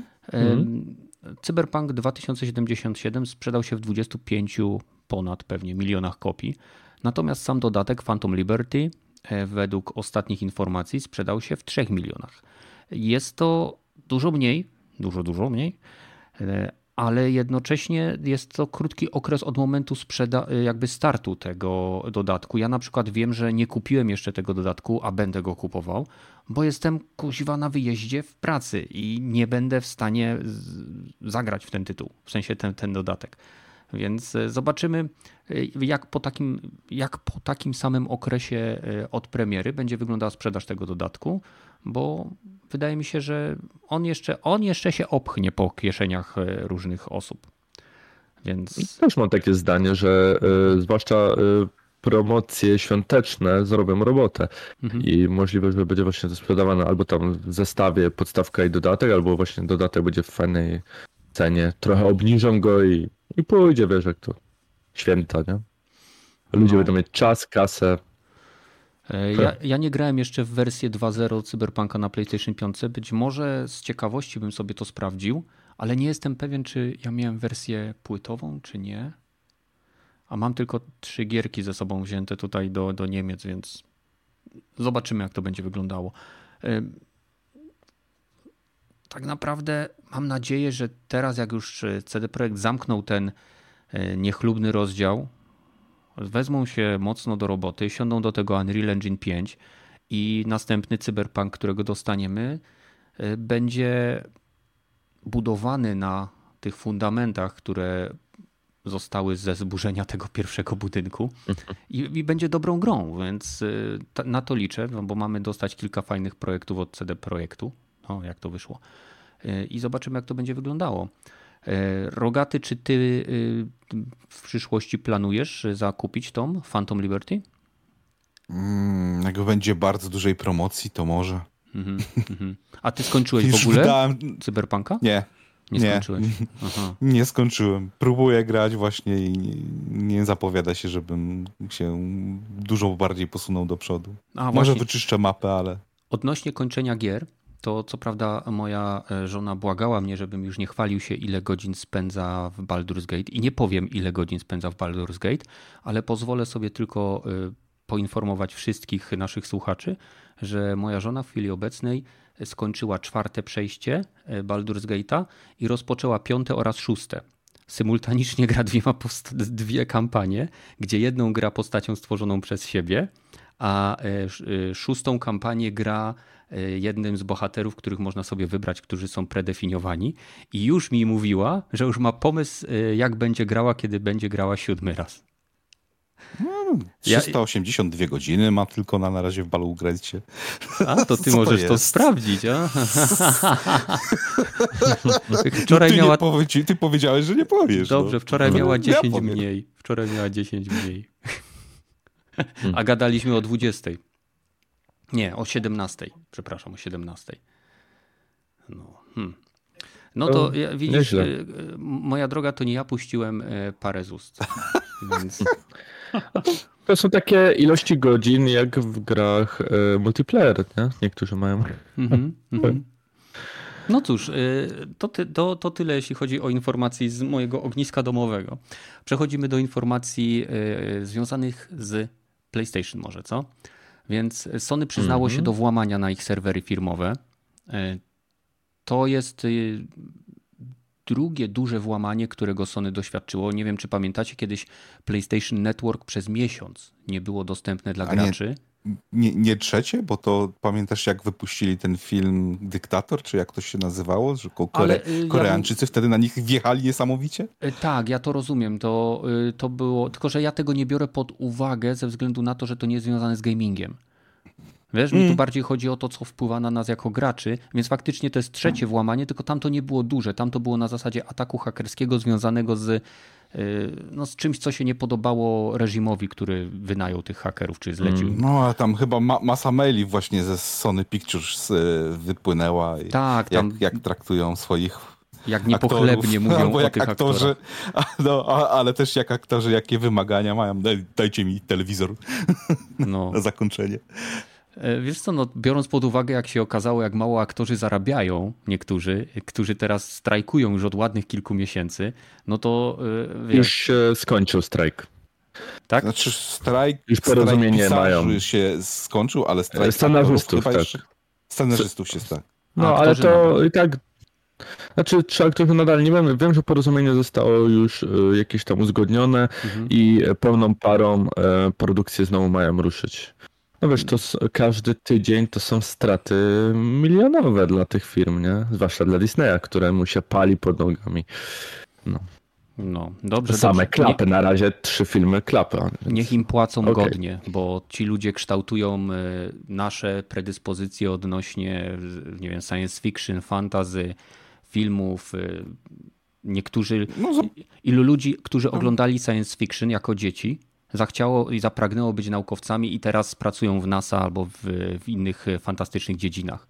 Cyberpunk 2077 sprzedał się w 25 ponad pewnie milionach kopii. Natomiast sam dodatek Phantom Liberty według ostatnich informacji sprzedał się w 3 milionach. Jest to dużo mniej, dużo mniej, ale jednocześnie jest to krótki okres od momentu startu tego dodatku. Ja na przykład wiem, że nie kupiłem jeszcze tego dodatku, a będę go kupował, bo jestem kuźwa na wyjeździe w pracy i nie będę w stanie zagrać w ten tytuł, w sensie ten dodatek. Więc zobaczymy, jak po takim samym okresie od premiery będzie wyglądała sprzedaż tego dodatku, bo wydaje mi się, że on jeszcze się opchnie po kieszeniach różnych osób. Więc... Też mam takie zdanie, że zwłaszcza promocje świąteczne zrobią robotę i możliwe, że będzie właśnie to sprzedawane albo tam w zestawie podstawka i dodatek, albo właśnie dodatek będzie w fajnej cenie. Trochę obniżą go i pójdzie, wiesz jak to. święta, nie? Ludzie będą mieć czas, kasę. Ja nie grałem jeszcze w wersję 2.0 Cyberpunka na PlayStation 5. Być może z ciekawości bym sobie to sprawdził, ale nie jestem pewien, czy ja miałem wersję płytową, czy nie. A mam tylko 3 gierki ze sobą wzięte tutaj do Niemiec, więc zobaczymy, jak to będzie wyglądało. Tak naprawdę mam nadzieję, że teraz, jak już CD Projekt zamknął ten niechlubny rozdział, wezmą się mocno do roboty, siądą do tego Unreal Engine 5 i następny Cyberpunk, którego dostaniemy, będzie budowany na tych fundamentach, które zostały ze zburzenia tego pierwszego budynku i będzie dobrą grą, więc na to liczę, no bo mamy dostać kilka fajnych projektów od CD Projektu, no jak to wyszło, i zobaczymy, jak to będzie wyglądało. Rogaty, czy ty w przyszłości planujesz zakupić tą Phantom Liberty? Jak będzie bardzo dużej promocji, to może. A ty skończyłeś w ogóle Cyberpunka? Nie. Nie skończyłeś? Aha. Nie skończyłem. Próbuję grać właśnie i nie zapowiada się, żebym się dużo bardziej posunął do przodu. Może wyczyszczę mapę, ale... Odnośnie kończenia gier, to co prawda moja żona błagała mnie, żebym już nie chwalił się, ile godzin spędza w Baldur's Gate i nie powiem, ile godzin spędza w Baldur's Gate, ale pozwolę sobie tylko poinformować wszystkich naszych słuchaczy, że moja żona w chwili obecnej skończyła 4. przejście Baldur's Gate'a i rozpoczęła 5. oraz 6. Symultanicznie gra dwie kampanie, gdzie jedną gra postacią stworzoną przez siebie, a 6. kampanię gra jednym z bohaterów, których można sobie wybrać, którzy są predefiniowani, i już mi mówiła, że już ma pomysł, jak będzie grała, kiedy będzie grała 7. raz. 382 godziny mam tylko na razie w Baldur's Gate. A, to ty możesz to sprawdzić. Wczoraj miała... Ty powiedziałeś, że nie powiesz. Dobrze, wczoraj miała 10 mniej. Wczoraj miała 10 mniej. A gadaliśmy o 20. Nie, o 17. Przepraszam, o 17. No to widzisz, moja droga, to nie ja puściłem parę z ust. Więc... To są takie ilości godzin jak w grach multiplayer, nie? Niektórzy mają. No cóż, to tyle, jeśli chodzi o informacje z mojego ogniska domowego. Przechodzimy do informacji związanych z PlayStation może, co? Więc Sony przyznało się do włamania na ich serwery firmowe. To jest drugie duże włamanie, którego Sony doświadczyło. Nie wiem, czy pamiętacie, kiedyś PlayStation Network przez miesiąc nie było dostępne dla graczy. Nie trzecie, bo to pamiętasz, jak wypuścili ten film Dyktator, czy jak to się nazywało? Że Koreańczycy wtedy na nich wjechali niesamowicie? Tak, ja to rozumiem. To było, tylko że ja tego nie biorę pod uwagę ze względu na to, że to nie jest związane z gamingiem. Wiesz, mi tu bardziej chodzi o to, co wpływa na nas jako graczy, więc faktycznie to jest trzecie włamanie, tylko tam to nie było duże. Tam to było na zasadzie ataku hakerskiego związanego z czymś, co się nie podobało reżimowi, który wynajął tych hakerów, czy zlecił. No, ale tam chyba masa maili właśnie ze Sony Pictures wypłynęła. Tak, tam... jak traktują swoich jak niepochlebnie mówią o tych aktorach. Ale też jak aktorzy, jakie wymagania mają. Dajcie mi telewizor na zakończenie. Wiesz co, biorąc pod uwagę, jak się okazało, jak mało aktorzy zarabiają, niektórzy, którzy teraz strajkują już od ładnych kilku miesięcy, no to... Już się skończył strajk. Tak? Znaczy strajk, już porozumienie mają. się skończył, ale strajk scenarzystów, tak. Scenarzystów się tak. No, ale to i tak... Znaczy, czy aktorzy nadal nie wiemy. Wiem, że porozumienie zostało już jakieś tam uzgodnione i pełną parą produkcje znowu mają ruszyć. No wiesz, to każdy tydzień to są straty milionowe dla tych firm, nie? Zwłaszcza dla Disneya, któremu się pali pod nogami. No, dobrze. Same klapy, na razie 3 filmy klapy. Więc... Niech im płacą godnie, bo ci ludzie kształtują nasze predyspozycje odnośnie, nie wiem, science fiction, fantasy, filmów. Niektórzy, ilu ludzi, którzy oglądali science fiction jako dzieci, zachciało i zapragnęło być naukowcami i teraz pracują w NASA albo w innych fantastycznych dziedzinach.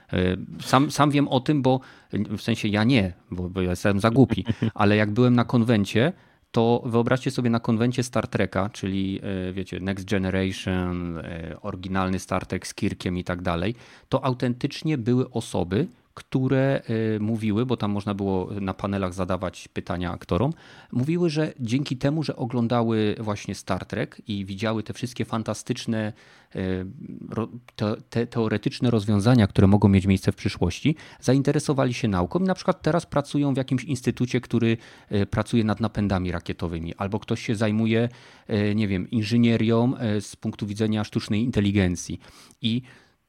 Sam wiem o tym, bo w sensie ja nie, bo ja jestem za głupi, ale jak byłem na konwencie, to wyobraźcie sobie na konwencie Star Treka, czyli wiecie, Next Generation, oryginalny Star Trek z Kirkiem i tak dalej, to autentycznie były osoby, które mówiły, bo tam można było na panelach zadawać pytania aktorom, mówiły, że dzięki temu, że oglądały właśnie Star Trek i widziały te wszystkie fantastyczne, teoretyczne rozwiązania, które mogą mieć miejsce w przyszłości, zainteresowali się nauką i na przykład teraz pracują w jakimś instytucie, który pracuje nad napędami rakietowymi, albo ktoś się zajmuje, nie wiem, inżynierią z punktu widzenia sztucznej inteligencji. I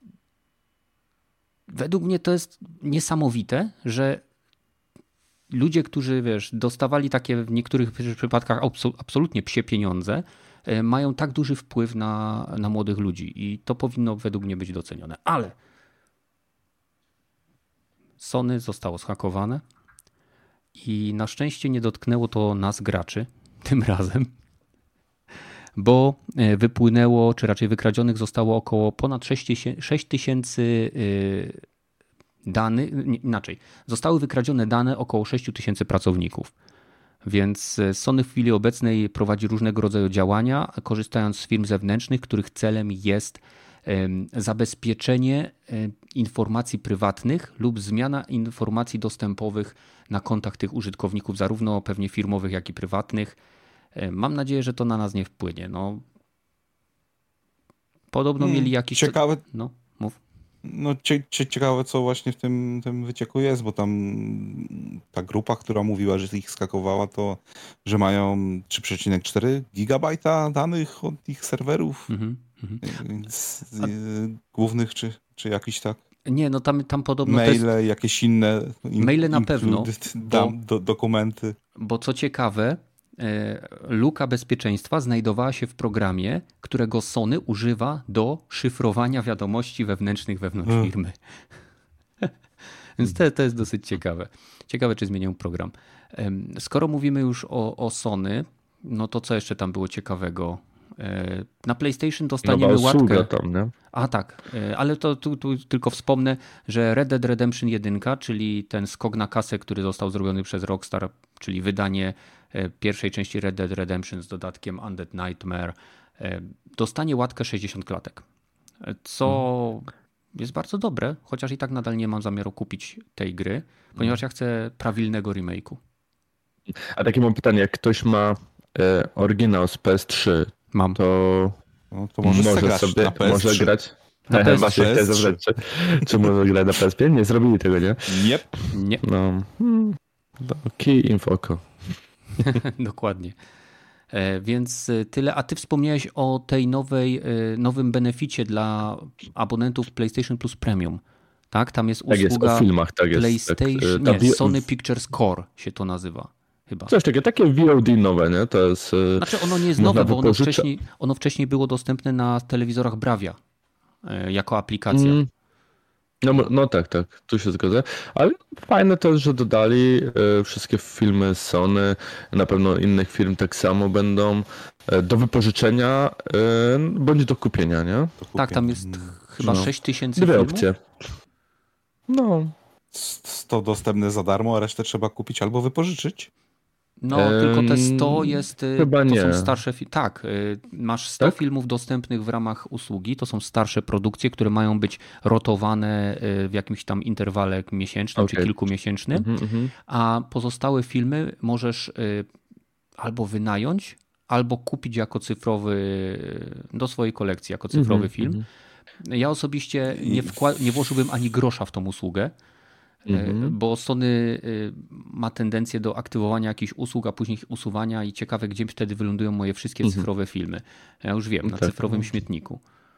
według mnie to jest niesamowite, że ludzie, którzy dostawali takie w niektórych przypadkach absolutnie psie pieniądze, mają tak duży wpływ na młodych ludzi i to powinno według mnie być docenione. Ale Sony zostało zhakowane i na szczęście nie dotknęło to nas graczy tym razem, bo wypłynęło, czy raczej wykradzionych zostało około ponad 6 tysięcy danych, inaczej, zostały wykradzione dane około 6 tysięcy pracowników. Więc Sony w chwili obecnej prowadzi różnego rodzaju działania, korzystając z firm zewnętrznych, których celem jest zabezpieczenie informacji prywatnych lub zmiana informacji dostępowych na kontach tych użytkowników, zarówno pewnie firmowych, jak i prywatnych. Mam nadzieję, że to na nas nie wpłynie. No, podobno mieli jakiś... Ciekawe... No, mów. No ciekawe, co właśnie w tym wycieku jest, bo tam ta grupa, która mówiła, że ich skakowała, to że mają 3,4 gigabajta danych od ich serwerów głównych, czy jakiś tak. Nie, no tam podobno... Maile, jakieś inne... Maile na pewno. Dokumenty. Bo co ciekawe, luka bezpieczeństwa znajdowała się w programie, którego Sony używa do szyfrowania wiadomości wewnętrznych wewnątrz firmy. Więc to jest dosyć ciekawe. Ciekawe, czy zmienią program. Skoro mówimy już o Sony, no to co jeszcze tam było ciekawego? Na PlayStation dostaniemy łatkę. Tam, nie? A tak, ale to tu tylko wspomnę, że Red Dead Redemption 1, czyli ten skok na kasę, który został zrobiony przez Rockstar, czyli wydanie pierwszej części Red Dead Redemption z dodatkiem Undead Nightmare, dostanie łatkę 60 klatek. Co jest bardzo dobre, chociaż i tak nadal nie mam zamiaru kupić tej gry, ponieważ ja chcę prawilnego remake'u. A takie mam pytanie, jak ktoś ma oryginał z PS3, mam. To może sobie na PS3. Może grać. Na PS3. Czy może grać na PS5? Nie zrobili tego, nie? Nie. No. Key info. Dokładnie. Więc tyle. A ty wspomniałeś o tej nowym beneficie dla abonentów PlayStation Plus Premium. Tak? Tam jest usługa jest, o filmach, tak jest. PlayStation, Sony Pictures Core się to nazywa. Chyba. Coś takiego, takie VOD nowe, nie? To jest... Znaczy ono nie jest nowe, bo ono wcześniej było dostępne na telewizorach Bravia jako aplikacja. No tak, tu się zgodzę. Ale fajne to jest, że dodali wszystkie filmy Sony, na pewno innych firm tak samo będą do wypożyczenia bądź do kupienia, nie? Tak, tam jest chyba 6 tysięcy filmów. filmów. Opcje. No. 100 dostępne za darmo, a resztę trzeba kupić albo wypożyczyć. No, tylko te 100 jest... Chyba nie. To są starsze... Tak, masz 100 filmów dostępnych w ramach usługi. To są starsze produkcje, które mają być rotowane w jakimś tam interwale miesięcznym czy kilkumiesięcznym. A pozostałe filmy możesz albo wynająć, albo kupić jako cyfrowy do swojej kolekcji, jako cyfrowy film. Ja osobiście nie włożyłbym ani grosza w tą usługę, bo Sony ma tendencję do aktywowania jakichś usług, a później ich usuwania i ciekawe, gdzie wtedy wylądują moje wszystkie cyfrowe filmy. Ja już wiem, na cyfrowym śmietniku.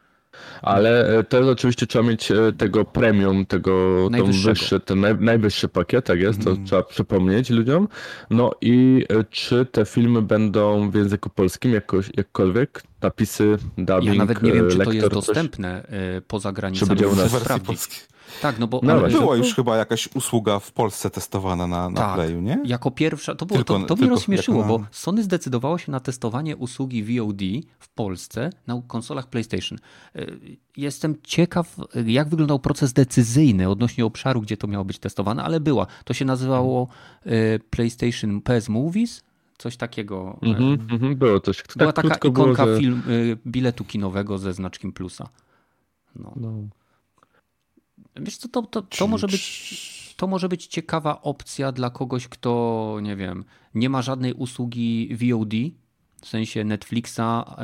Ale też oczywiście trzeba mieć tego premium, ten najwyższy pakiet, tak jest, to trzeba przypomnieć ludziom. No i czy te filmy będą w języku polskim jakkolwiek? Napisy, dubbing, ja nawet nie wiem, czy to lektor, jest dostępne poza granicami. Czy będzie u nas Tak, no bo była już chyba jakaś usługa w Polsce testowana na Playu, nie? Jako pierwsza, to mnie rozśmieszyło, bo Sony zdecydowało się na testowanie usługi VOD w Polsce na konsolach PlayStation. Jestem ciekaw, jak wyglądał proces decyzyjny odnośnie obszaru, gdzie to miało być testowane, ale była. To się nazywało PlayStation PS Movies, Coś takiego. Było coś. Była Tak taka ikonka było, że... biletu kinowego ze znaczkiem plusa. No. Wiesz co, to może być ciekawa opcja dla kogoś, kto, nie wiem, nie ma żadnej usługi VOD, w sensie Netflixa,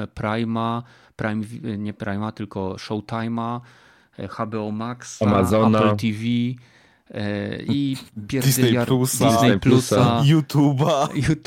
nie Prima, tylko Showtime'a, HBO Maxa, Amazona, Apple TV i Disney Plusa, YouTube'a.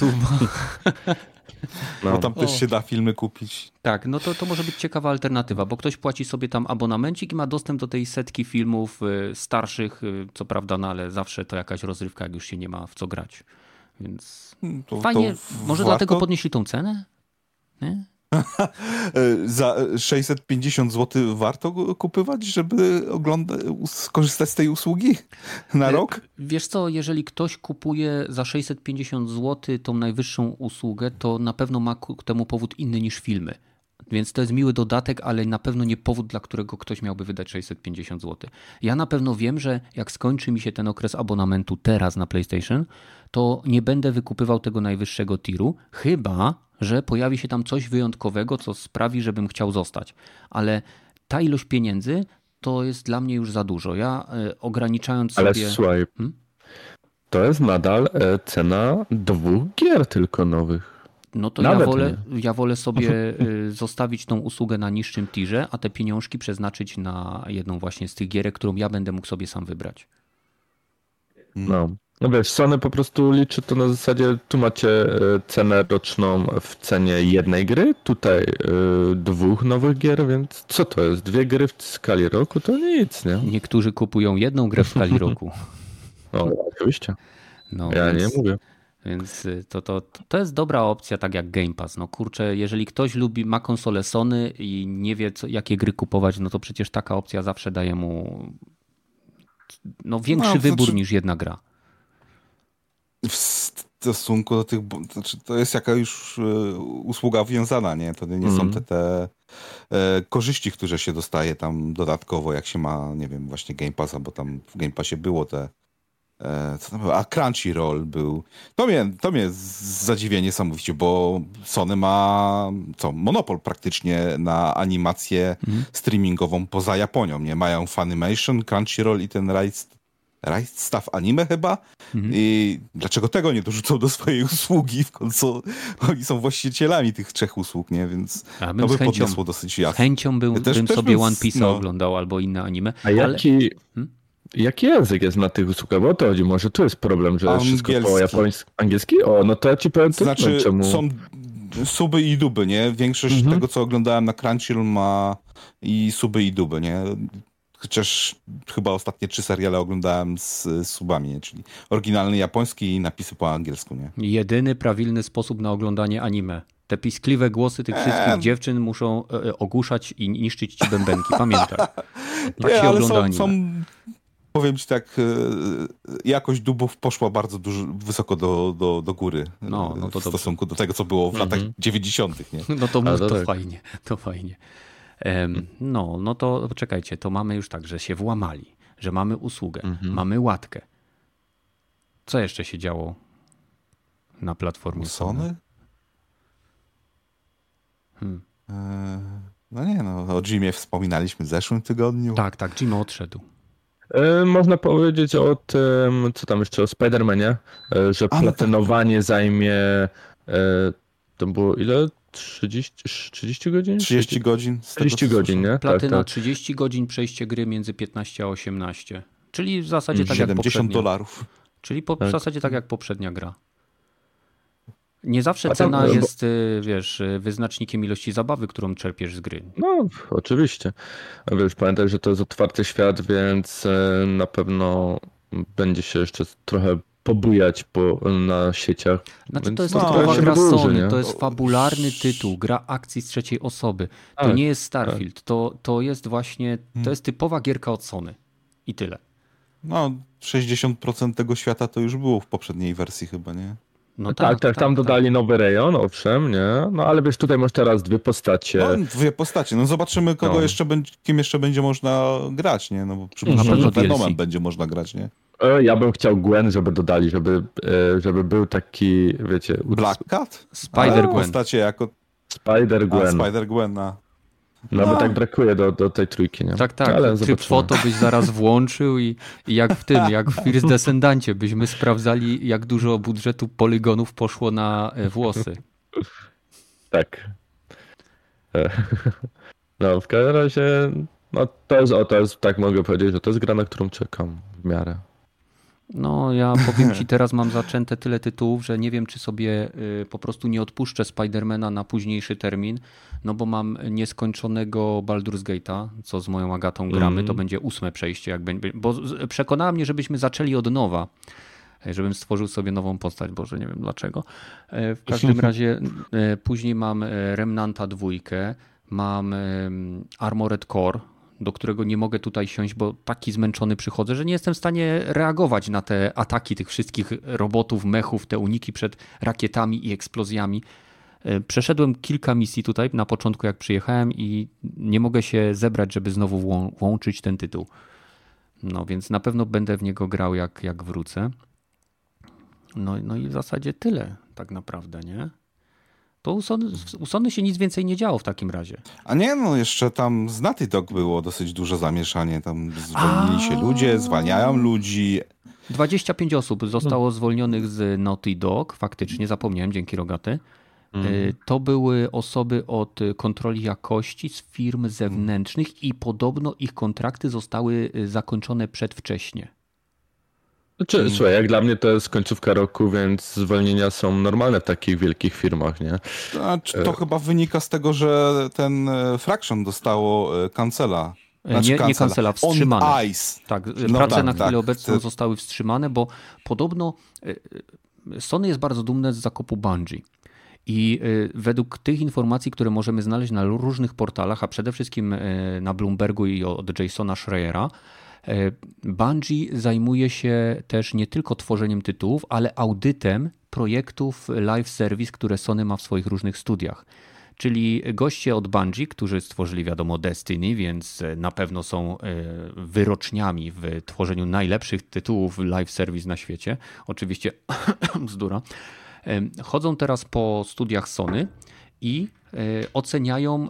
No. Bo tam też się da filmy kupić. Tak, no to może być ciekawa alternatywa, bo ktoś płaci sobie tam abonamencik i ma dostęp do tej setki filmów starszych, co prawda, no ale zawsze to jakaś rozrywka, jak już się nie ma w co grać. Więc fajnie, może dlatego podnieśli tą cenę? Nie? Za 650 zł warto kupywać, żeby skorzystać z tej usługi na rok? Wiesz co, jeżeli ktoś kupuje za 650 zł tą najwyższą usługę, to na pewno ma ku temu powód inny niż filmy. Więc to jest miły dodatek, ale na pewno nie powód, dla którego ktoś miałby wydać 650 zł. Ja na pewno wiem, że jak skończy mi się ten okres abonamentu teraz na PlayStation, to nie będę wykupywał tego najwyższego tiru, chyba że pojawi się tam coś wyjątkowego, co sprawi, żebym chciał zostać. Ale ta ilość pieniędzy to jest dla mnie już za dużo. Ja ograniczając sobie... Ale słuchaj, to jest nadal cena 2 gier tylko nowych. No to ja wolę sobie zostawić tą usługę na niższym tirze, a te pieniążki przeznaczyć na jedną właśnie z tych gierek, którą ja będę mógł sobie sam wybrać. No wiesz, Sony po prostu liczy to na zasadzie, tu macie cenę roczną w cenie jednej gry, tutaj 2 nowych gier, więc co to jest? 2 gry w skali roku? To nic, nie? Niektórzy kupują jedną grę w skali roku. No, oczywiście. No, ja nie mówię. Więc to jest dobra opcja, tak jak Game Pass. No kurczę, jeżeli ktoś ma konsolę Sony i nie wie, jakie gry kupować, no to przecież taka opcja zawsze daje mu większy wybór niż jedna gra. W stosunku do tych, znaczy to jest jaka już usługa wiązana, nie? To nie są te korzyści, które się dostaje tam dodatkowo, jak się ma, nie wiem, właśnie Game Passa, bo tam w Game Passie było co tam było? A Crunchyroll był. To mnie zadziwia niesamowicie, bo Sony ma monopol praktycznie na animację streamingową poza Japonią, nie? Mają Funimation, Crunchyroll i ten Right Stuff Anime chyba. I dlaczego tego nie dorzucą do swojej usługi? W końcu oni są właścicielami tych 3 usług, nie? Więc to by podniosło dosyć jasno. Z chęcią bym sobie One Piece'a oglądał albo inne anime. A jaki język jest na tych usługach? Bo o to chodzi, może tu jest problem, że wszystko po japońsku. Angielski? No to ja ci powiem, to znaczy, czemu. Są suby i duby, nie? Większość tego, co oglądałem na Crunchyroll ma i suby i duby, nie? Chociaż chyba ostatnie 3 seriale oglądałem z subami, nie? Czyli oryginalny japoński i napisy po angielsku, nie? Jedyny prawilny sposób na oglądanie anime. Te piskliwe głosy tych wszystkich dziewczyn muszą ogłuszać i niszczyć ci bębenki. Pamiętaj. Tak się ogląda anime. Powiem ci tak, jakość dubów poszła bardzo wysoko do góry w stosunku do tego, co było w latach 90. Nie? No to fajnie. No to poczekajcie, to mamy już tak, że się włamali, że mamy usługę, mamy łatkę. Co jeszcze się działo na platformie Sony? O Jimie wspominaliśmy w zeszłym tygodniu. Tak, Jim odszedł. Można powiedzieć o tym, co tam jeszcze, o Spider-Manie, że platynowanie zajmie, to było ile? 30 godzin? 30 godzin. 30 godzin, nie? Platyna tak. 30 godzin, przejście gry między 15 a 18. Czyli w zasadzie tak jak $70. Czyli w zasadzie tak jak poprzednia gra. Nie zawsze cena jest, wyznacznikiem ilości zabawy, którą czerpiesz z gry. No, oczywiście. Wiesz, pamiętaj, że to jest otwarty świat, więc na pewno będzie się jeszcze trochę pobujać na sieciach. Znaczy to jest typowa gra Sony, to jest fabularny tytuł, gra akcji z trzeciej osoby. To nie jest Starfield, to jest właśnie, to jest typowa gierka od Sony. I tyle. 60% tego świata to już było w poprzedniej wersji chyba, nie? No tak, tam dodali nowy rejon, owszem, nie? No ale wiesz, tutaj masz teraz 2 postacie. 2 postacie. Zobaczymy, kim jeszcze będzie można grać, nie? No bo przypuszczam, że Venomem będzie można grać, nie? Ja bym chciał Gwen, żeby dodali, żeby był taki, wiecie... Black Cat? Spider-Gwen. Postacie jako... Spider-Gwen. Spider-Gwen, No bo tak brakuje do tej trójki, nie? Tak, ale ty zobaczymy. foto byś zaraz włączył i jak w tym, jak w First Descendancie byśmy sprawdzali, jak dużo budżetu polygonów poszło na włosy. Tak. No, w każdym razie, no to jest, tak mogę powiedzieć, że to jest gra, na którą czekam w miarę. No ja powiem ci, teraz mam zaczęte tyle tytułów, że nie wiem, czy sobie po prostu nie odpuszczę Spidermana na późniejszy termin, no bo mam nieskończonego Baldur's Gate'a, co z moją Agatą gramy, to będzie 8 przejście, jak będzie, bo przekonała mnie, żebyśmy zaczęli od nowa, żebym stworzył sobie nową postać, Boże, nie wiem dlaczego. W każdym razie później mam Remnanta 2, mam Armored Core, do którego nie mogę tutaj siąść, bo taki zmęczony przychodzę, że nie jestem w stanie reagować na te ataki tych wszystkich robotów, mechów, te uniki przed rakietami i eksplozjami. Przeszedłem kilka misji tutaj na początku, jak przyjechałem i nie mogę się zebrać, żeby znowu włączyć ten tytuł. No więc na pewno będę w niego grał, jak wrócę. No i w zasadzie tyle tak naprawdę, nie? To u Sony się nic więcej nie działo w takim razie. A nie, no jeszcze tam z Naughty Dog było dosyć duże zamieszanie. Tam zwolnili się ludzie, zwalniają ludzi. 25 osób zostało zwolnionych z Naughty Dog, faktycznie, zapomniałem, dzięki Rogaty. To były osoby od kontroli jakości z firm zewnętrznych i podobno ich kontrakty zostały zakończone przedwcześnie. Słuchaj, jak dla mnie to jest końcówka roku, więc zwolnienia są normalne w takich wielkich firmach, nie? To chyba wynika z tego, że ten Fraction dostało kancela. Nie kancela, wstrzymane. On ice. Tak, prace na chwilę obecną zostały wstrzymane, bo podobno Sony jest bardzo dumne z zakupu Bungie. I według tych informacji, które możemy znaleźć na różnych portalach, a przede wszystkim na Bloombergu i od Jasona Schreiera, Bungie zajmuje się też nie tylko tworzeniem tytułów, ale audytem projektów live service, które Sony ma w swoich różnych studiach. Czyli goście od Bungie, którzy stworzyli, wiadomo, Destiny, więc na pewno są wyroczniami w tworzeniu najlepszych tytułów live service na świecie. Oczywiście bzdura. Chodzą teraz po studiach Sony i oceniają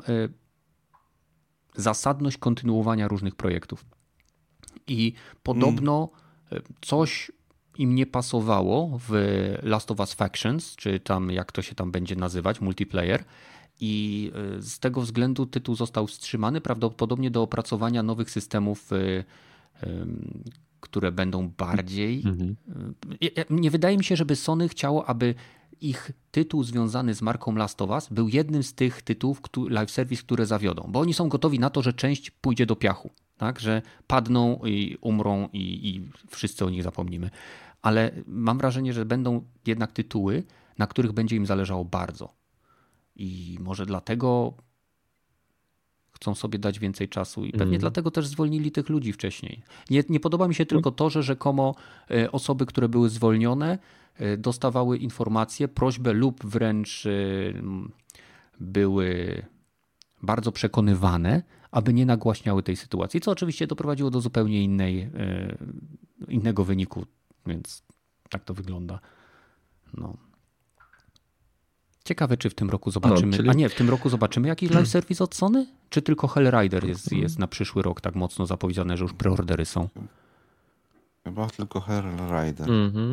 zasadność kontynuowania różnych projektów. I podobno coś im nie pasowało w Last of Us Factions, czy tam jak to się tam będzie nazywać, multiplayer. I z tego względu tytuł został wstrzymany prawdopodobnie do opracowania nowych systemów, które będą bardziej... Nie wydaje mi się, żeby Sony chciało, aby ich tytuł związany z marką Last of Us był jednym z tych tytułów live service, które zawiodą. Bo oni są gotowi na to, że część pójdzie do piachu. Tak, że padną i umrą i wszyscy o nich zapomnimy. Ale mam wrażenie, że będą jednak tytuły, na których będzie im zależało bardzo. I może dlatego chcą sobie dać więcej czasu i pewnie dlatego też zwolnili tych ludzi wcześniej. Nie podoba mi się tylko to, że rzekomo osoby, które były zwolnione, dostawały informacje, prośbę lub wręcz były bardzo przekonywane, aby nie nagłaśniały tej sytuacji, co oczywiście doprowadziło do zupełnie innego wyniku, więc tak to wygląda. No. Ciekawe, czy w tym roku zobaczymy... A nie, w tym roku zobaczymy jakiś live service od Sony? Czy tylko Hellrider jest na przyszły rok tak mocno zapowiedziane, że już preordery są? Chyba tylko Hellrider.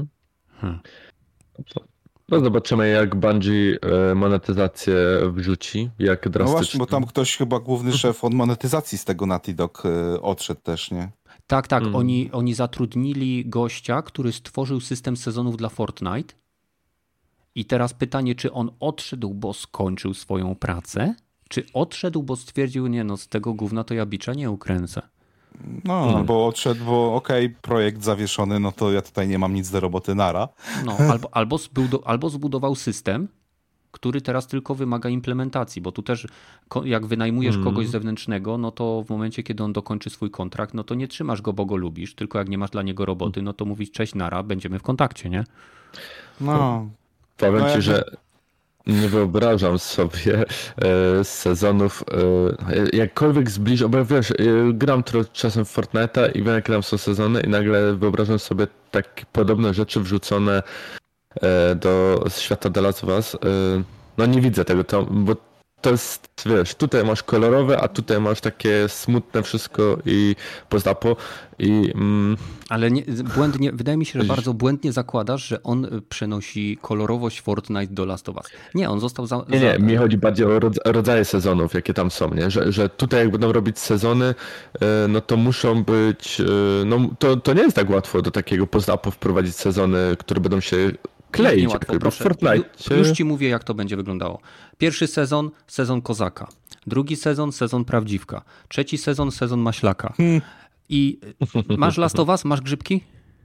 No zobaczymy, jak Bungie monetyzację wrzuci, jak drastycznie. No właśnie, bo tam ktoś chyba główny szef od monetyzacji z tego Naughty Dog odszedł też, nie? Tak. Oni zatrudnili gościa, który stworzył system sezonów dla Fortnite. I teraz pytanie, czy on odszedł, bo skończył swoją pracę? Czy odszedł, bo stwierdził, nie no, z tego gówna to ja bicza nie ukręcę? No, bo odszedł, bo okej, projekt zawieszony, no to ja tutaj nie mam nic do roboty, nara. No, albo zbudował system, który teraz tylko wymaga implementacji, bo tu też jak wynajmujesz kogoś zewnętrznego, no to w momencie, kiedy on dokończy swój kontrakt, no to nie trzymasz go, bo go lubisz, tylko jak nie masz dla niego roboty, no to mówisz cześć, nara, będziemy w kontakcie, nie? No. Powiem ci, że nie wyobrażam sobie sezonów, jakkolwiek zbliżę, bo wiesz, gram czasem w Fortnite'a i wiem, jak tam są sezony i nagle wyobrażam sobie takie podobne rzeczy wrzucone do świata The Last of Us. No nie widzę tego, bo to jest, wiesz, tutaj masz kolorowe, a tutaj masz takie smutne wszystko i post-apo i... Ale błędnie, wydaje mi się, że bardzo błędnie zakładasz, że on przenosi kolorowość Fortnite do Last of Us. Nie, on został... Nie, mi chodzi bardziej o rodzaje sezonów, jakie tam są, nie? Że tutaj jak będą robić sezony, no to muszą być... No to nie jest tak łatwo do takiego post-apo wprowadzić sezony, które będą się kleić. Niełatwo, proszę. Fortnite. Już ci mówię, jak to będzie wyglądało. Pierwszy sezon, sezon kozaka. Drugi sezon, sezon prawdziwka. Trzeci sezon, sezon maślaka. I masz Last of Us? Masz grzybki?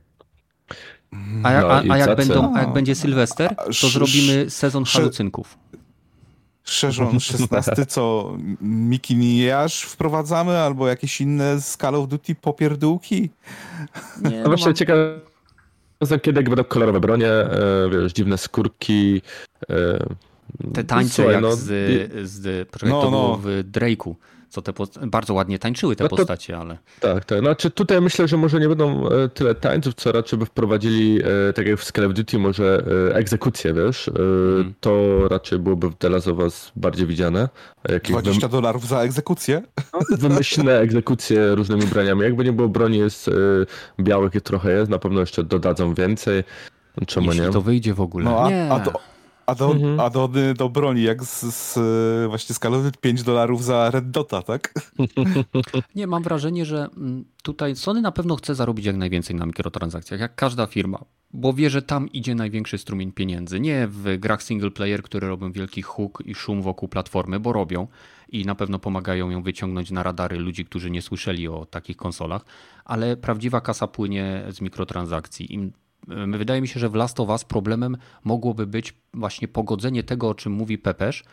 A jak będzie Sylwester, to zrobimy sezon halucynków. Sezon 16, co Miki Mijasz wprowadzamy, albo jakieś inne z Call of Duty popierdółki? Nie, no właśnie ciekawe, kiedy będą kolorowe bronie, wiesz, dziwne skórki. Te tańce słuchaj, to było w Drake'u. Co bardzo ładnie tańczyły te postacie, ale... Tak. Znaczy tutaj myślę, że może nie będą tyle tańców, co raczej by wprowadzili, tak jak w Call of Duty, może egzekucje, wiesz? To raczej byłoby w The Last of Us bardziej widziane. $20 za egzekucję? Wymyślne egzekucje różnymi broniami. Jakby nie było broni białych, trochę jest, na pewno jeszcze dodadzą więcej. Czemu jeśli nie? to wyjdzie w ogóle. No, do broni, jak właśnie z Call of Duty $5 za Red Dota, tak? Nie, mam wrażenie, że tutaj Sony na pewno chce zarobić jak najwięcej na mikrotransakcjach, jak każda firma, bo wie, że tam idzie największy strumień pieniędzy. Nie w grach single player, które robią wielki huk i szum wokół platformy, bo robią i na pewno pomagają ją wyciągnąć na radary ludzi, którzy nie słyszeli o takich konsolach, ale prawdziwa kasa płynie z mikrotransakcji. Wydaje mi się, że w Last of Us problemem mogłoby być właśnie pogodzenie tego, o czym mówi Pepeż,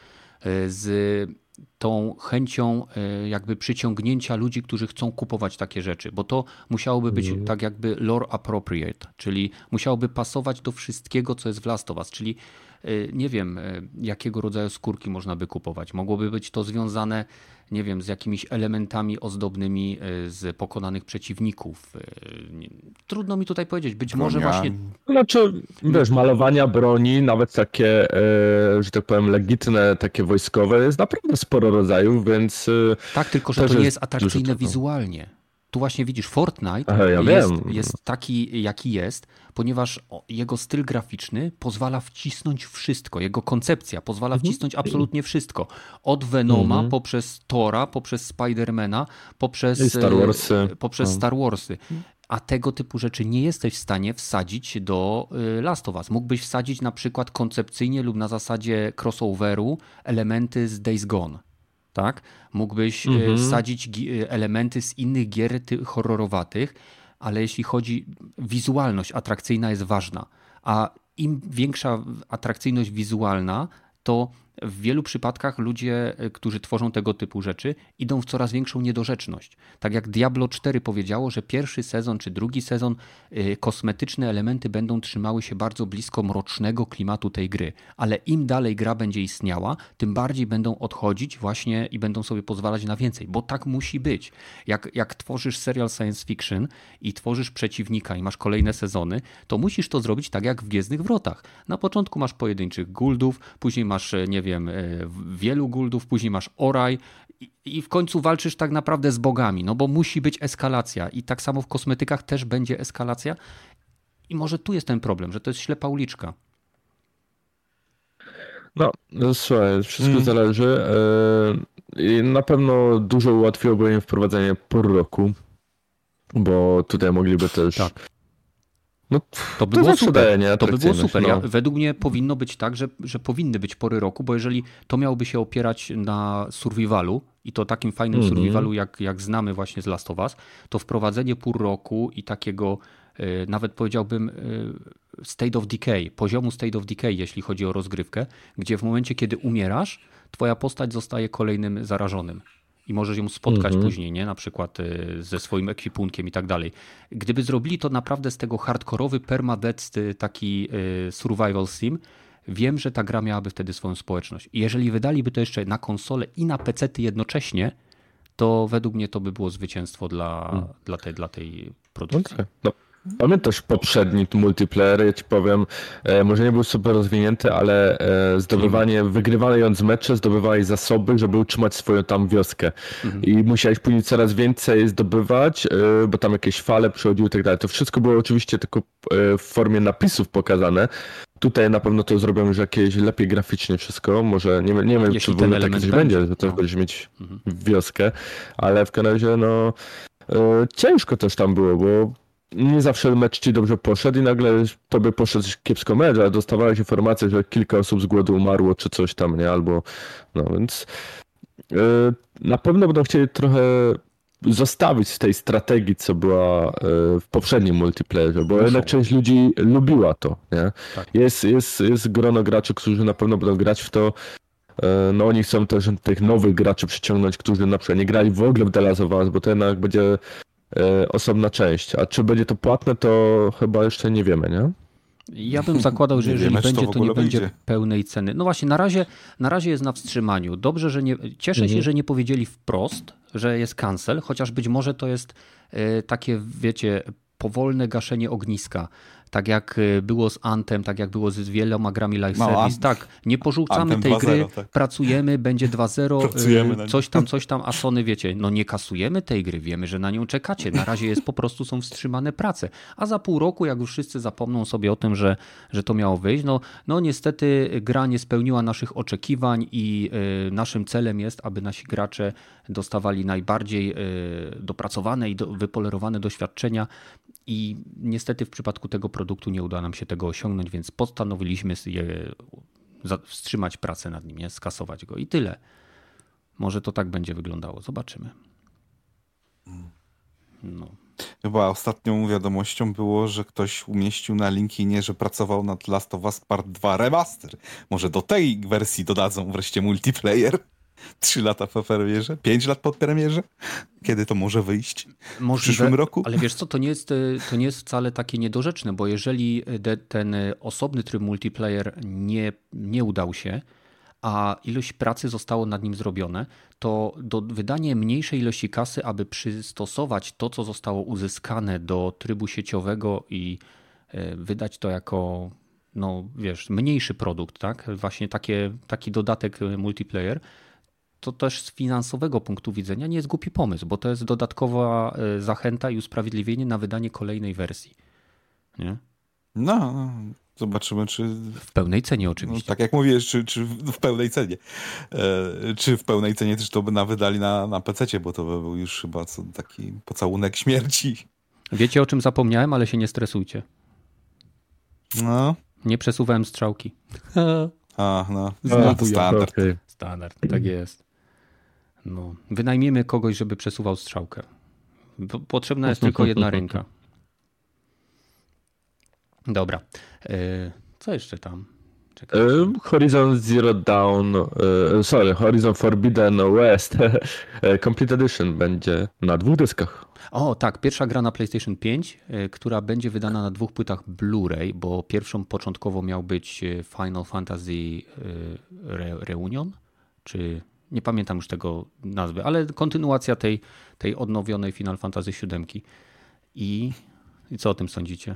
z tą chęcią jakby przyciągnięcia ludzi, którzy chcą kupować takie rzeczy, bo to musiałoby być tak jakby lore appropriate, czyli musiałoby pasować do wszystkiego, co jest w Last of Us, czyli nie wiem, jakiego rodzaju skórki można by kupować. Mogłoby być to związane, nie wiem, z jakimiś elementami ozdobnymi z pokonanych przeciwników. Trudno mi tutaj powiedzieć. Być może właśnie... Znaczy, wiesz, malowania broni, nawet takie, że tak powiem, legitne, takie wojskowe, jest naprawdę sporo rodzajów, więc... Tak, tylko że to nie jest atrakcyjne wizualnie. Tu właśnie widzisz, Fortnite jest taki, jaki jest, ponieważ jego styl graficzny pozwala wcisnąć wszystko. Jego koncepcja pozwala wcisnąć absolutnie wszystko. Od Venoma, poprzez Thora, poprzez Spidermana, poprzez Star Warsy. A tego typu rzeczy nie jesteś w stanie wsadzić do Last of Us. Mógłbyś wsadzić na przykład koncepcyjnie lub na zasadzie crossoveru elementy z Days Gone. Tak? Mógłbyś wsadzić elementy z innych gier horrorowatych, ale jeśli chodzi wizualność atrakcyjna jest ważna, a im większa atrakcyjność wizualna, to w wielu przypadkach ludzie, którzy tworzą tego typu rzeczy, idą w coraz większą niedorzeczność. Tak jak Diablo 4 powiedziało, że pierwszy sezon czy drugi sezon kosmetyczne elementy będą trzymały się bardzo blisko mrocznego klimatu tej gry, ale im dalej gra będzie istniała, tym bardziej będą odchodzić właśnie i będą sobie pozwalać na więcej, bo tak musi być. Jak tworzysz serial science fiction i tworzysz przeciwnika i masz kolejne sezony, to musisz to zrobić tak jak w Gwiezdnych Wrotach. Na początku masz pojedynczych guldów, później masz, nie wiem, wielu guldów, później masz oraj i w końcu walczysz tak naprawdę z bogami, no bo musi być eskalacja i tak samo w kosmetykach też będzie eskalacja i może tu jest ten problem, że to jest ślepa uliczka. No, słuchaj, wszystko zależy. Na pewno dużo ułatwiłoby im wprowadzenie por roku, bo tutaj mogliby też... Tak. No, to by było super. To by było super. No. Według mnie powinno być tak, że powinny być pory roku, bo jeżeli to miałoby się opierać na survivalu i to takim fajnym survivalu, jak znamy właśnie z Last of Us, to wprowadzenie pór roku i takiego nawet powiedziałbym state of decay, poziomu state of decay, jeśli chodzi o rozgrywkę, gdzie w momencie, kiedy umierasz, twoja postać zostaje kolejnym zarażonym. I możesz ją spotkać później, nie? Na przykład ze swoim ekwipunkiem i tak dalej. Gdyby zrobili to naprawdę z tego hardkorowy permadeath, taki survival sim, wiem, że ta gra miałaby wtedy swoją społeczność. I jeżeli wydaliby to jeszcze na konsolę i na PC-ty jednocześnie, to według mnie to by było zwycięstwo dla tej produkcji. Okay. No. Pamiętasz poprzedni multiplayer, ja ci powiem, może nie był super rozwinięty, ale wygrywając mecze, zdobywałeś zasoby, żeby utrzymać swoją tam wioskę. I musiałeś później coraz więcej zdobywać, bo tam jakieś fale przychodziły i tak dalej. To wszystko było oczywiście tylko w formie napisów pokazane. Tutaj na pewno to zrobią już jakieś lepiej graficznie wszystko, może nie wiem czy w ogóle takie coś będzie, że też będziesz mieć wioskę, ale w każdym razie ciężko też tam było, bo nie zawsze mecz ci dobrze poszedł i nagle tobie poszedł kiepsko mecz, ale dostawałeś informację, że kilka osób z głodu umarło czy coś tam, nie? Albo, więc na pewno będą chcieli trochę zostawić z tej strategii, co była w poprzednim multiplayerze, bo jednak część ludzi lubiła to, nie? Tak. Jest grono graczy, którzy na pewno będą grać w to. Oni chcą też tych nowych graczy przyciągnąć, którzy na przykład nie grali w ogóle w The Last of Us, bo to jednak będzie osobna część. A czy będzie to płatne, to chyba jeszcze nie wiemy, nie? Ja bym zakładał, że jeżeli będzie, to nie będzie pełnej ceny. No właśnie, na razie jest na wstrzymaniu. Dobrze, że nie. Cieszę się, że nie powiedzieli wprost, że jest cancel, chociaż być może to jest takie, wiecie, powolne gaszenie ogniska. Tak jak było z Anthem, tak jak było z wieloma grami live service. Tak, nie porzucamy tej gry, tak. Pracujemy, będzie 2.0, coś tam, a Sony, wiecie, nie kasujemy tej gry, wiemy, że na nią czekacie. Na razie są wstrzymane prace. A za pół roku, jak już wszyscy zapomną sobie o tym, że to miało wyjść, niestety gra nie spełniła naszych oczekiwań i naszym celem jest, aby nasi gracze dostawali najbardziej dopracowane i wypolerowane doświadczenia. I niestety w przypadku tego produktu nie uda nam się tego osiągnąć, więc postanowiliśmy wstrzymać pracę nad nim, skasować go i tyle. Może to tak będzie wyglądało. Zobaczymy. Chyba ostatnią wiadomością było, że ktoś umieścił na LinkedInie, że pracował nad Last of Us Part 2 Remaster. Może do tej wersji dodadzą wreszcie multiplayer? 3 lata po premierze? 5 lat po premierze? Kiedy to może wyjść? W przyszłym roku? Ale wiesz co, to nie jest wcale takie niedorzeczne, bo jeżeli ten osobny tryb multiplayer nie udał się, a ilość pracy zostało nad nim zrobione, to wydanie mniejszej ilości kasy, aby przystosować to, co zostało uzyskane do trybu sieciowego i wydać to jako mniejszy produkt, tak? Właśnie taki dodatek multiplayer, to też z finansowego punktu widzenia nie jest głupi pomysł, bo to jest dodatkowa zachęta i usprawiedliwienie na wydanie kolejnej wersji. Nie? Zobaczymy, czy... W pełnej cenie oczywiście. Tak jak mówisz, czy w pełnej cenie. Czy w pełnej cenie też to by wydali na PC-cie, bo to by był już chyba taki pocałunek śmierci. Wiecie, o czym zapomniałem, ale się nie stresujcie. Nie przesuwałem strzałki. Standard. Okay. Standard, tak jest. Wynajmijmy kogoś, żeby przesuwał strzałkę. Potrzebna jest tylko jedna ręka. Dobra. Co jeszcze tam? Horizon Zero Dawn, Horizon Forbidden West Complete Edition będzie na 2 dyskach. O tak, pierwsza gra na PlayStation 5, która będzie wydana na 2 płytach Blu-ray, bo pierwszą początkowo miał być Final Fantasy Reunion, czy nie pamiętam już tego nazwy, ale kontynuacja tej odnowionej Final Fantasy 7. I co o tym sądzicie?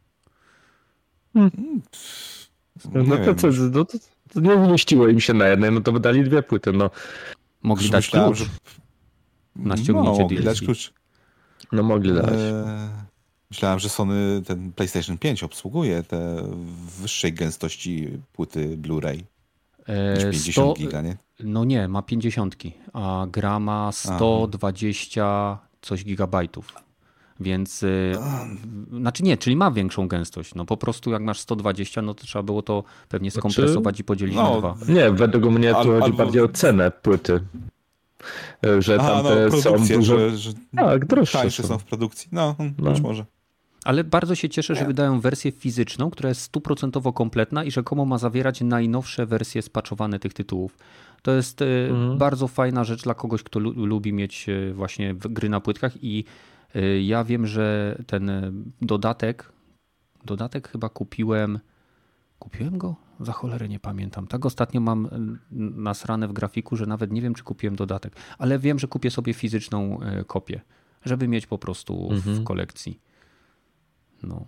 To nie zmieściło im się na jednej, to wydali 2 płyty. Mogli dać klucz na ściągnięcie DLC. Mogli dać. Myślałem, że Sony ten PlayStation 5 obsługuje te wyższej gęstości płyty Blu-ray. 50 giga, nie? Nie, ma 50, a gra ma 120 coś gigabajtów. Więc, czyli ma większą gęstość. Po prostu jak masz 120, to trzeba było to pewnie skompresować i podzielić na 2. Nie, według mnie tu chodzi bardziej o cenę płyty. Że tam są dużo... droższe tańsze są w produkcji. Być może. Ale bardzo się cieszę, że wydają wersję fizyczną, która jest 100% kompletna i rzekomo ma zawierać najnowsze wersje spaczowane tych tytułów. To jest bardzo fajna rzecz dla kogoś, kto lubi mieć właśnie gry na płytkach i ja wiem, że ten dodatek chyba kupiłem Kupiłem go? Za cholerę nie pamiętam. Tak ostatnio mam nasrane w grafiku, że nawet nie wiem, czy kupiłem dodatek. Ale wiem, że kupię sobie fizyczną kopię, żeby mieć po prostu w kolekcji. No.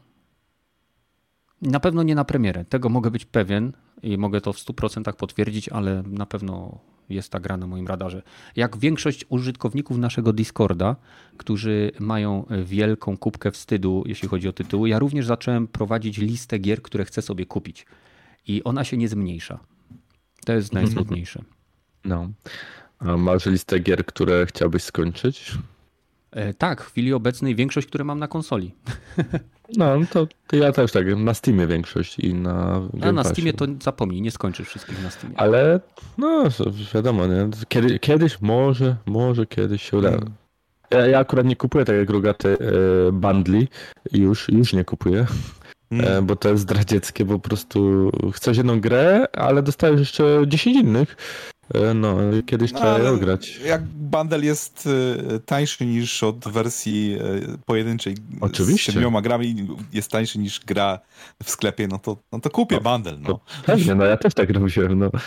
Na pewno nie na premierę. Tego mogę być pewien i mogę to w 100% potwierdzić, ale na pewno jest ta gra na moim radarze. Jak większość użytkowników naszego Discorda, którzy mają wielką kubkę wstydu, jeśli chodzi o tytuły, ja również zacząłem prowadzić listę gier, które chcę sobie kupić. I ona się nie zmniejsza. To jest najsmutniejsze. No. A masz listę gier, które chciałbyś skończyć? Tak, w chwili obecnej większość, które mam na konsoli. No, to ja też tak, na Steamie większość i na Game Passie. A na Steamie to zapomnij, nie skończysz wszystkich na Steamie. Ale no, wiadomo, nie? Kiedyś może kiedyś się uda. Ja akurat nie kupuję tak jak Rogaty bundli, już nie kupuję, bo to jest zdradzieckie, po prostu chcesz jedną grę, ale dostajesz jeszcze 10 innych. No, kiedyś trzeba je grać. Jak bundle jest tańszy niż od wersji pojedynczej Oczywiście. z 7 grami, jest tańszy niż gra w sklepie, no to kupię bundle. No. Pewnie, no ja też tak robiłem. No.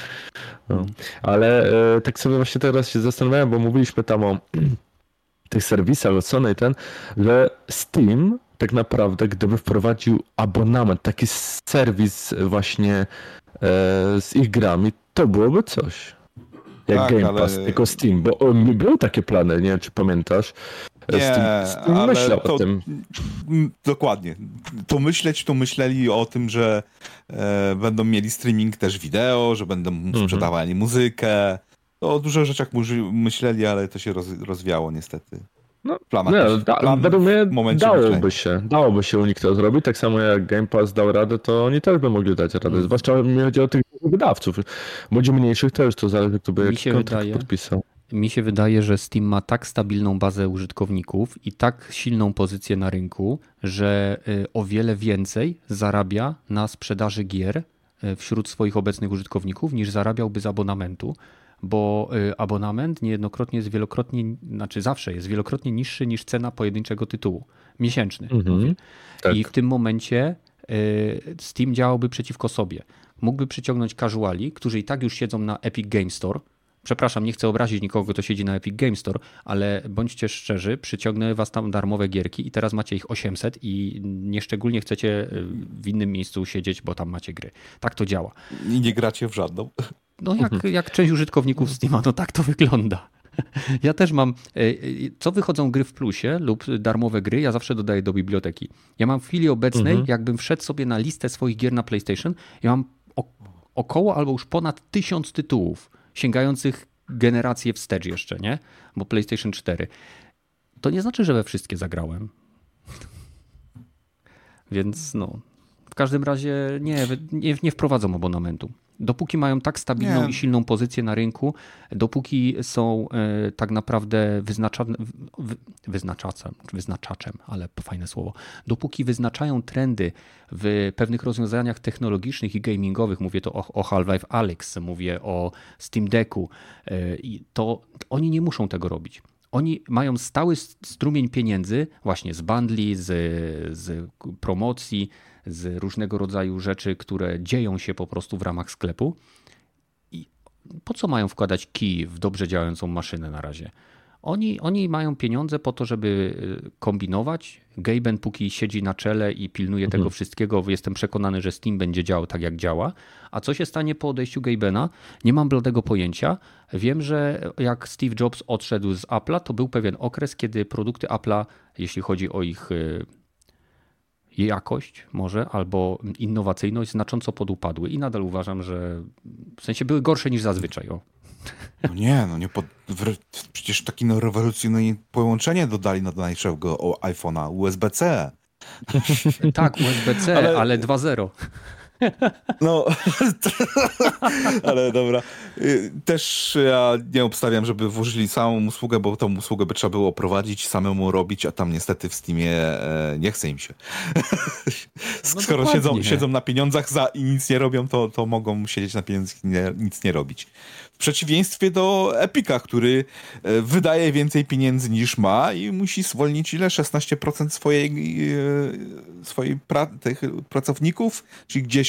Ale tak sobie właśnie teraz się zastanawiałem, bo mówiliśmy tam o tych serwisach, o Sony że Steam tak naprawdę, gdyby wprowadził abonament, taki serwis właśnie z ich grami, to byłoby coś. Jak tak, Game Pass, tylko Steam, bo były takie plany, nie wiem czy pamiętasz. Steam myślał o tym. Dokładnie. To myśleli o tym, że będą mieli streaming też wideo, że będą sprzedawali muzykę. To o dużo rzeczach myśleli, ale to się rozwiało niestety. No, według mnie dałoby się u nich to zrobić, tak samo jak Game Pass dał radę, to oni też by mogli dać radę, zwłaszcza mi chodzi o tych wydawców, bądź mniejszych też, to zależy kto by jaki kontrakt podpisał. Mi się wydaje, że Steam ma tak stabilną bazę użytkowników i tak silną pozycję na rynku, że o wiele więcej zarabia na sprzedaży gier wśród swoich obecnych użytkowników niż zarabiałby z abonamentu. Bo abonament niejednokrotnie jest zawsze jest wielokrotnie niższy niż cena pojedynczego tytułu. Miesięczny. Tak. I w tym momencie Steam działałby przeciwko sobie. Mógłby przyciągnąć casuali, którzy i tak już siedzą na Epic Game Store. Przepraszam, nie chcę obrazić nikogo, kto siedzi na Epic Game Store, ale bądźcie szczerzy, przyciągnę was tam darmowe gierki i teraz macie ich 800 i nieszczególnie chcecie w innym miejscu siedzieć, bo tam macie gry. Tak to działa. I nie gracie w żadną. No jak część użytkowników Steama, no tak to wygląda. Ja też mam, co wychodzą gry w plusie lub darmowe gry, ja zawsze dodaję do biblioteki. Ja mam w chwili obecnej, jakbym wszedł sobie na listę swoich gier na PlayStation, ja mam około albo już ponad 1000 tytułów sięgających generację wstecz jeszcze, nie? Bo PlayStation 4. To nie znaczy, że we wszystkie zagrałem. Więc no, w każdym razie nie wprowadzą abonamentu. Dopóki mają tak stabilną i silną pozycję na rynku, dopóki są tak naprawdę wyznaczaczem, ale fajne słowo, dopóki wyznaczają trendy w pewnych rozwiązaniach technologicznych i gamingowych, mówię to o Half-Life Alyx, mówię o Steam Decku, to oni nie muszą tego robić. Oni mają stały strumień pieniędzy właśnie z bundli, z promocji, z różnego rodzaju rzeczy, które dzieją się po prostu w ramach sklepu. I po co mają wkładać kij w dobrze działającą maszynę na razie? Oni mają pieniądze po to, żeby kombinować. Gaben póki siedzi na czele i pilnuje tego wszystkiego, jestem przekonany, że Steam będzie działał tak jak działa. A co się stanie po odejściu Gabena? Nie mam bladego pojęcia. Wiem, że jak Steve Jobs odszedł z Apple'a, to był pewien okres, kiedy produkty Apple'a, jeśli chodzi o ich jakość może albo innowacyjność znacząco podupadły i nadal uważam, że w sensie były gorsze niż zazwyczaj. Przecież takie rewolucyjne połączenie dodali do najnowszego iPhone'a, USB-C. Tak, USB-C, ale 2.0. No, ale dobra. Też ja nie obstawiam, żeby włożyli samą usługę, bo tą usługę by trzeba było prowadzić, samemu robić, a tam niestety w Steamie nie chce im się. Skoro siedzą na pieniądzach i nic nie robią, to mogą siedzieć na pieniądzach i nic nie robić. W przeciwieństwie do Epica, który wydaje więcej pieniędzy niż ma i musi zwolnić 16% swoich pracowników, czyli gdzieś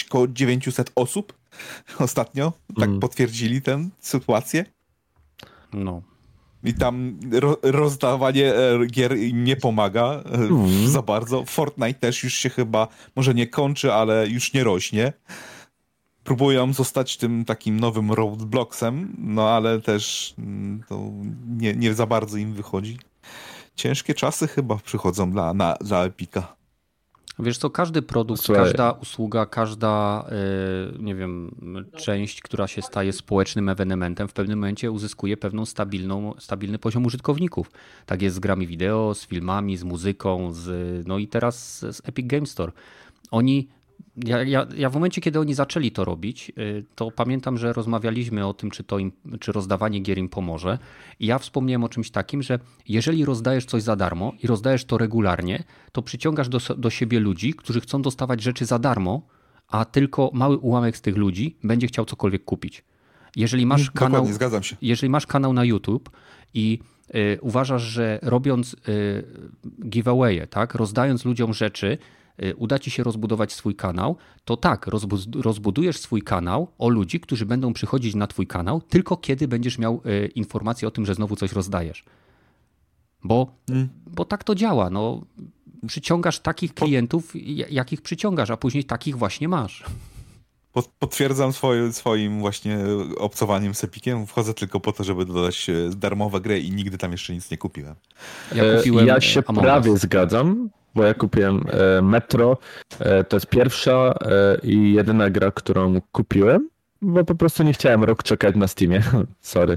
coś koło 900 osób ostatnio. Tak potwierdzili tę sytuację. No. I tam rozdawanie gier im nie pomaga za bardzo. Fortnite też już się chyba, może nie kończy, ale już nie rośnie. Próbują zostać tym takim nowym Robloxem, no ale też to nie za bardzo im wychodzi. Ciężkie czasy chyba przychodzą dla Epica. Wiesz co, każdy produkt, każda usługa, każda nie wiem, część, która się staje społecznym ewenementem, w pewnym momencie uzyskuje pewną stabilny poziom użytkowników. Tak jest z grami wideo, z filmami, z muzyką, no i teraz z Epic Games Store. Ja w momencie, kiedy oni zaczęli to robić, to pamiętam, że rozmawialiśmy o tym, czy rozdawanie gier im pomoże. I ja wspomniałem o czymś takim, że jeżeli rozdajesz coś za darmo i rozdajesz to regularnie, to przyciągasz do siebie ludzi, którzy chcą dostawać rzeczy za darmo, a tylko mały ułamek z tych ludzi będzie chciał cokolwiek kupić. Jeżeli masz kanał, dokładnie, zgadzam się. Jeżeli masz kanał na YouTube i uważasz, że robiąc giveawaye, tak, rozdając ludziom rzeczy, uda ci się rozbudować swój kanał, to tak, rozbudujesz swój kanał o ludzi, którzy będą przychodzić na twój kanał tylko kiedy będziesz miał informację o tym, że znowu coś rozdajesz. Bo tak to działa. No, przyciągasz takich klientów, jakich przyciągasz, a później takich właśnie masz. Potwierdzam swoim właśnie obcowaniem z Epiciem. Wchodzę tylko po to, żeby dodać darmowe gry i nigdy tam jeszcze nic nie kupiłem. Ja się prawie zgadzam, bo ja kupiłem Metro. To jest pierwsza i jedyna gra, którą kupiłem, bo po prostu nie chciałem rok czekać na Steamie. Sorry.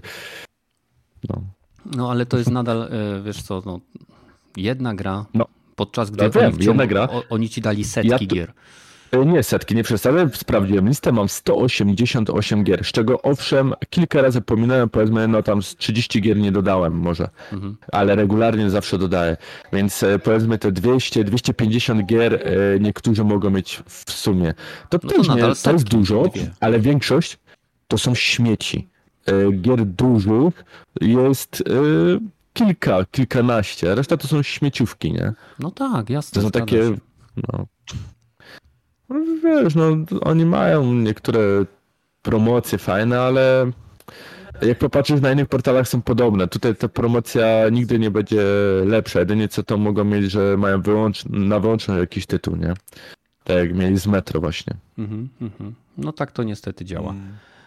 No ale to jest nadal, wiesz co, jedna gra, podczas gdy oni ci dali setki gier. Nie setki, nie przesadzę, sprawdziłem listę, mam 188 gier, z czego owszem kilka razy pominąłem, powiedzmy, tam z 30 gier nie dodałem może, ale regularnie zawsze dodaję, więc powiedzmy te 200-250 gier niektórzy mogą mieć w sumie. To też nie, to jest dużo, ale większość to są śmieci. Gier dużych jest kilkanaście, reszta to są śmieciówki, nie? No tak, jasne. To są takie, wiesz, oni mają niektóre promocje fajne, ale jak popatrzysz na innych portalach są podobne. Tutaj ta promocja nigdy nie będzie lepsza. Jedynie co to mogą mieć, że mają na wyłączność jakiś tytuł, nie? Tak jak mieli z Metro właśnie. No tak to niestety działa.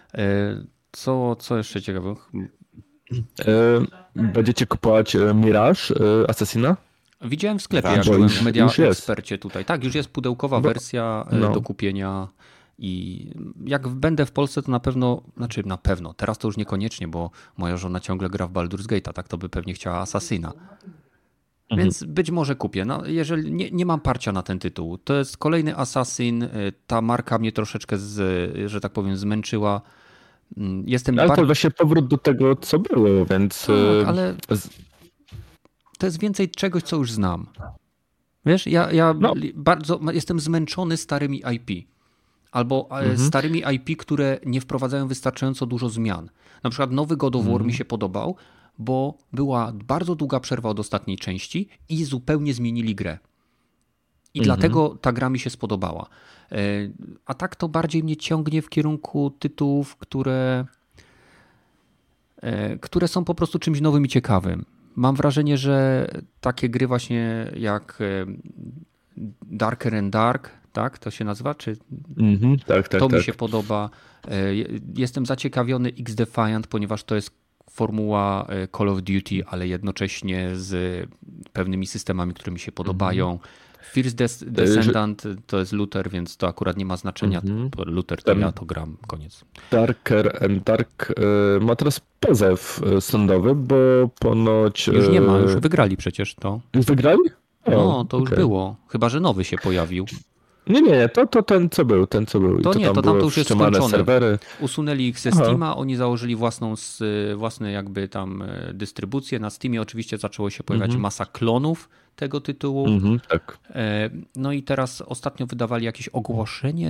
Co jeszcze ciekawego? Będziecie kupować Mirage Assassina? Widziałem w sklepie, jak byłem w Media Expercie tutaj. Tak, już jest pudełkowa wersja do kupienia i jak będę w Polsce, to na pewno, teraz to już niekoniecznie, bo moja żona ciągle gra w Baldur's Gate'a, tak to by pewnie chciała Assassina. Więc być może kupię. No, jeżeli nie mam parcia na ten tytuł. To jest kolejny Assassin, ta marka mnie troszeczkę, że tak powiem, zmęczyła. Ale to właśnie powrót do tego, co było, więc... Tak, ale... To jest więcej czegoś, co już znam. Wiesz, ja bardzo jestem zmęczony starymi IP. Albo starymi IP, które nie wprowadzają wystarczająco dużo zmian. Na przykład nowy God of War mi się podobał, bo była bardzo długa przerwa od ostatniej części i zupełnie zmienili grę. I dlatego ta gra mi się spodobała. A tak to bardziej mnie ciągnie w kierunku tytułów, które są po prostu czymś nowym i ciekawym. Mam wrażenie, że takie gry właśnie jak Darker and Dark, tak to się nazywa? Czy... tak. To mi się podoba. Jestem zaciekawiony X-Defiant, ponieważ to jest formuła Call of Duty, ale jednocześnie z pewnymi systemami, które mi się podobają. First Descendant to jest looter, więc to akurat nie ma znaczenia. Looter to ja to gram, koniec. Darker and Dark ma teraz pozew sądowy, bo ponoć... Już nie ma, już wygrali przecież to. Już wygrali? No, to już było. Chyba że nowy się pojawił. Nie, to ten co był. To nie, to tam to już jest skończone. Serwery. Usunęli ich ze Steama, oni założyli własne jakby tam dystrybucję. Na Steamie oczywiście zaczęło się pojawiać masa klonów tego tytułu. Tak. No i teraz ostatnio wydawali jakieś ogłoszenie,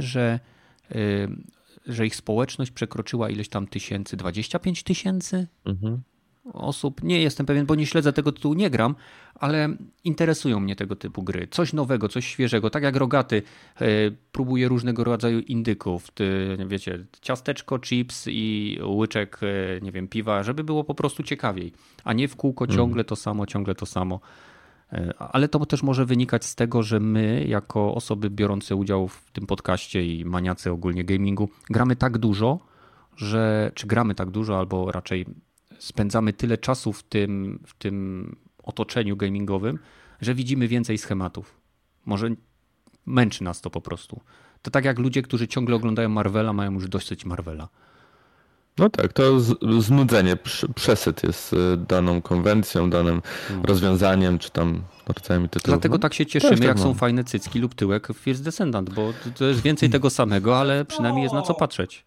że ich społeczność przekroczyła ileś tam 25 000. osób, nie jestem pewien, bo nie śledzę tego tytułu, nie gram, ale interesują mnie tego typu gry. Coś nowego, coś świeżego. Tak jak Rogaty próbuje różnego rodzaju indyków. Wiecie, ciasteczko, chips i łyczek, nie wiem, piwa, żeby było po prostu ciekawiej. A nie w kółko ciągle to samo. Ale to też może wynikać z tego, że my, jako osoby biorące udział w tym podcaście i maniacy ogólnie gamingu, gramy tak dużo, albo raczej spędzamy tyle czasu w tym otoczeniu gamingowym, że widzimy więcej schematów. Może męczy nas to po prostu. To tak jak ludzie, którzy ciągle oglądają Marvela, mają już dosyć Marvela. No tak, to znudzenie, przesyt jest daną konwencją, danym rozwiązaniem, czy tam rodzajami tytułów. Dlatego tak się cieszymy, jak są fajne cycki lub tyłek w First Descendant, bo to jest więcej tego samego, ale przynajmniej jest na co patrzeć.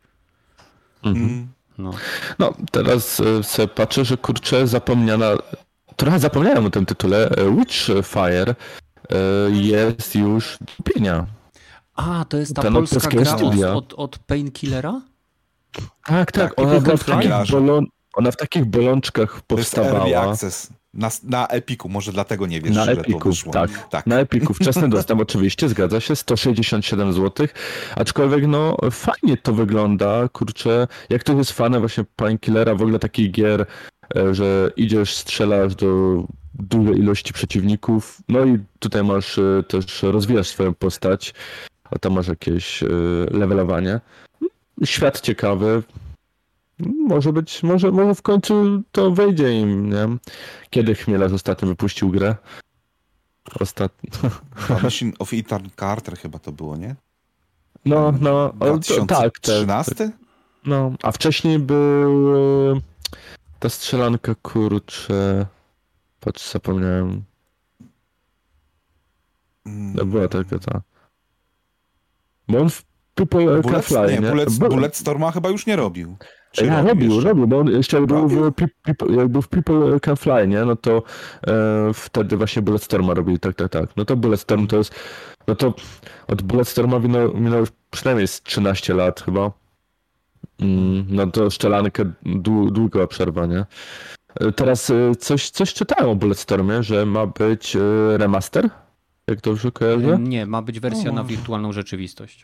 No, teraz sobie patrzę, że kurczę, trochę zapomniałem o tym tytule, Witchfire jest już do kupienia. A, to jest ta polska gra od Painkillera? Tak. Ona w takich bolączkach powstawała. To jest Early Access. Na Epiku, może dlatego nie wiesz, że to wyszło. Tak. Na Epiku wczesny dostęp oczywiście, zgadza się, 167 zł, aczkolwiek no fajnie to wygląda, kurczę, jak ktoś jest fanem właśnie Painkillera, w ogóle takich gier, że idziesz, strzelasz do dużej ilości przeciwników, no i tutaj masz też, rozwijasz swoją postać, a tam masz jakieś levelowanie. Świat ciekawy. Może w końcu to wejdzie im, nie? Kiedy Chmielarz ostatnio wypuścił grę? Mission of Ethan Carter chyba to było, nie? No. 2013? Tak. No, a wcześniej był ta strzelanka, kurczę... Patrz, zapomniałem. No była taka ta... Bo on w People Can Fly, nie? Bulletstorma chyba już nie robił. Robił, bo on jeszcze był w People Can Fly, nie? No to wtedy właśnie Bulletstorma robili, tak. No to Bulletstorm to jest... No to od Bulletstorma minęło już przynajmniej 13 lat chyba. No to szczelankę długa przerwa, nie? Teraz coś czytałem o Bulletstormie, że ma być remaster? Jak dobrze kojarzę? Nie, ma być wersja na wirtualną rzeczywistość.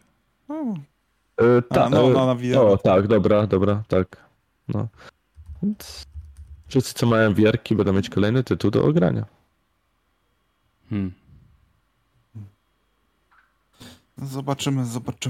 Tak, dobra, tak. No. Więc wszyscy, co mają VR-ki, będą mieć kolejny tytuł do ogrania. No zobaczymy.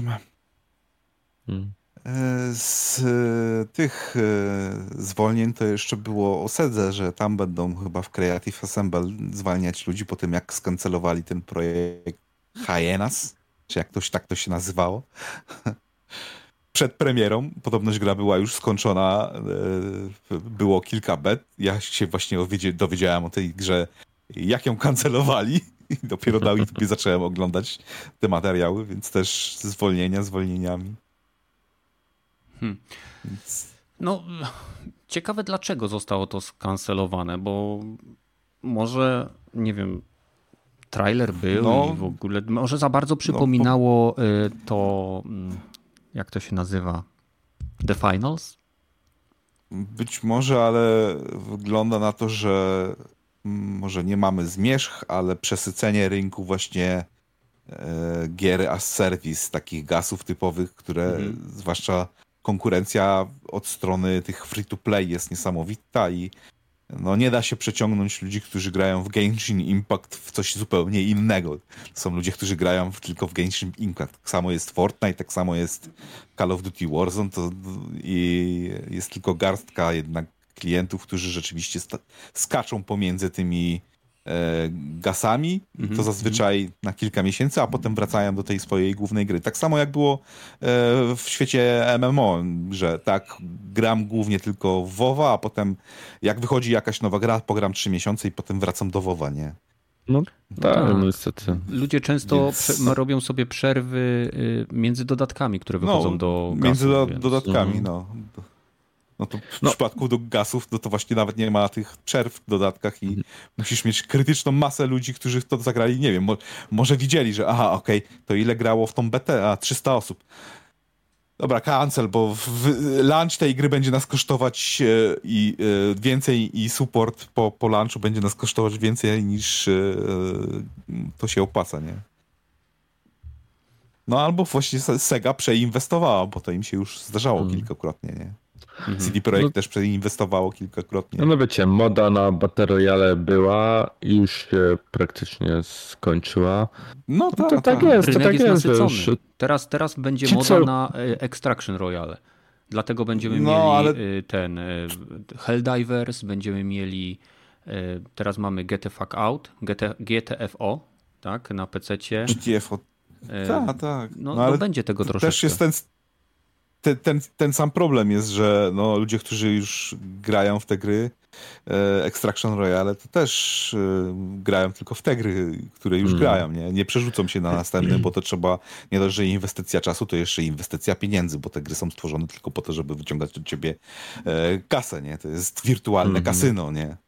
Z tych zwolnień to jeszcze było o Sedze, że tam będą chyba w Creative Assembly zwalniać ludzi po tym, jak skancelowali ten projekt Hyenas, czy jak tak to się nazywało. Przed premierą, podobność gra była już skończona, było kilka bet. Ja się właśnie dowiedziałem o tej grze, jak ją kancelowali i dopiero na YouTube zacząłem oglądać te materiały, więc też zwolnieniami. No, ciekawe dlaczego zostało to skancelowane, bo może, nie wiem, trailer był i w ogóle może za bardzo przypominało to, jak to się nazywa, The Finals? Być może, ale wygląda na to, że może nie mamy zmierzch, ale przesycenie rynku właśnie gier as service, takich gasów typowych, które zwłaszcza konkurencja od strony tych free-to-play jest niesamowita i no nie da się przeciągnąć ludzi, którzy grają w Genshin Impact w coś zupełnie innego. Są ludzie, którzy grają tylko w Genshin Impact. Tak samo jest Fortnite, tak samo jest Call of Duty Warzone i jest tylko garstka jednak klientów, którzy rzeczywiście skaczą pomiędzy tymi gasami, to zazwyczaj na kilka miesięcy, a potem wracają do tej swojej głównej gry. Tak samo jak było w świecie MMO, że tak, gram głównie tylko w WoWa, a potem jak wychodzi jakaś nowa gra, pogram 3 miesiące i potem wracam do WoWa, nie? No tak, niestety. Ludzie często robią sobie przerwy między dodatkami, które wychodzą do gasów. Między dodatkami, No to w przypadku do gasów, to właśnie nawet nie ma tych przerw w dodatkach i musisz mieć krytyczną masę ludzi, którzy w to zagrali, nie wiem, może widzieli, że to ile grało w tą betę? 300 osób. Dobra, cancel, bo launch tej gry będzie nas kosztować więcej i support po launchu będzie nas kosztować więcej niż to się opłaca, nie? No albo właśnie Sega przeinwestowała, bo to im się już zdarzało kilkakrotnie, nie? CD Projekt też przeinwestowało kilkakrotnie. No wiecie, moda na Battle Royale była i już się praktycznie skończyła. No tak, to tak tak. jest, Rynek to tak jest jest. nasycony. Teraz będzie moda na Extraction Royale. Dlatego będziemy mieli ten Helldivers, będziemy mieli teraz mamy Get the Fuck Out, GTFO, tak, na PC-cie. GTFO. Tak. No ale będzie tego troszeczkę. Też jest ten sam problem jest, że no, ludzie, którzy już grają w te gry Extraction Royale, to też grają tylko w te gry, które już grają, nie przerzucą się na następny, bo to trzeba, nie dość, że inwestycja czasu, to jeszcze inwestycja pieniędzy, bo te gry są stworzone tylko po to, żeby wyciągać od ciebie kasę, nie? To jest wirtualne kasyno, nie?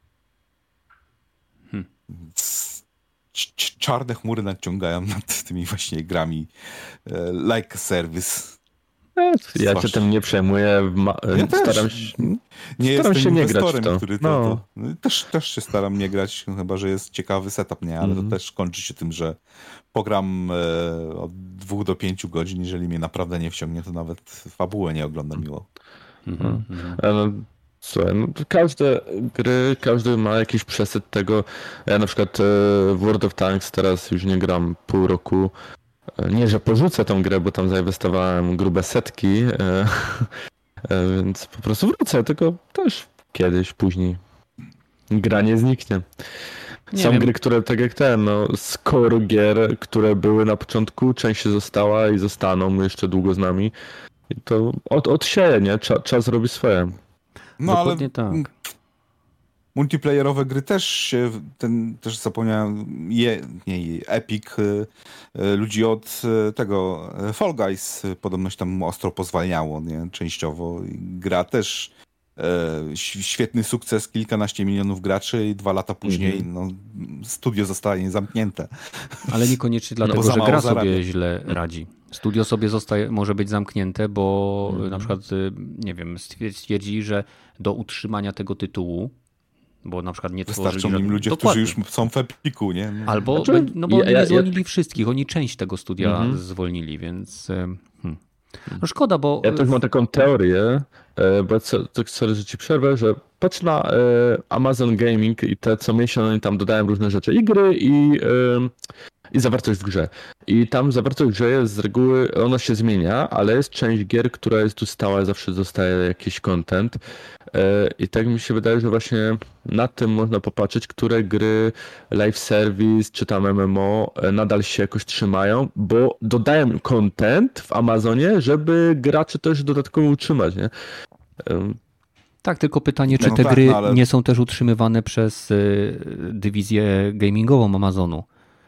Czarne chmury nadciągają nad tymi właśnie grami like a service. Ja się tym nie przejmuję. Staram się nie grać w to. Który też się staram nie grać, chyba że jest ciekawy setup, nie? Ale to też kończy się tym, że pogram od 2 do 5 godzin. Jeżeli mnie naprawdę nie wciągnie, to nawet fabułę nie oglądam miło. Słuchaj, każde gry, każdy ma jakiś przesyt tego. Ja na przykład w World of Tanks teraz już nie gram pół roku. Nie, że porzucę tą grę, bo tam zainwestowałem grube setki, więc po prostu wrócę, tylko też kiedyś, później. Gra nie zniknie. Są gry, które tak jak z core gier, które były na początku, część się została i zostaną jeszcze długo z nami. I to odsieje, nie? Czas robi swoje. No dokładnie ale tak. Multiplayerowe gry też też zapomniałem, Epic, ludzi od tego Fall Guys podobno się tam ostro pozwalniało, nie? Częściowo. Gra też świetny sukces, kilkanaście milionów graczy i 2 lata później studio zostaje zamknięte. Ale niekoniecznie dlatego, że gra sobie źle radzi. Studio sobie może być zamknięte, bo na przykład, nie wiem, stwierdzi, że do utrzymania tego tytułu, bo na przykład nie tworzyli... Wystarczą im ludzie, którzy już są w Epiku, nie? Albo, bo oni nie zwolnili wszystkich, oni część tego studia zwolnili, więc... No szkoda, bo... Ja też mam taką teorię, bo sorry, że ci przerwę, że patrz na Amazon Gaming i te co miesiąc oni tam dodają różne rzeczy, i gry, i zawartość w grze. I tam zawartość w grze jest z reguły, ona się zmienia, ale jest część gier, która jest tu stała, zawsze dostaje jakiś content. I tak mi się wydaje, że właśnie nad tym można popatrzeć, które gry live service czy tam MMO nadal się jakoś trzymają, bo dodają content w Amazonie, żeby graczy też dodatkowo utrzymać, nie? Tak, tylko pytanie, czy te gry nie są też utrzymywane przez dywizję gamingową Amazonu?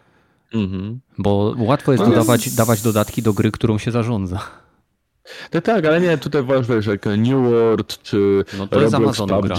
Bo łatwo jest dawać dodatki do gry, którą się zarządza. No tak, ale nie, tutaj ważne, że New World czy Roblox, PUBG,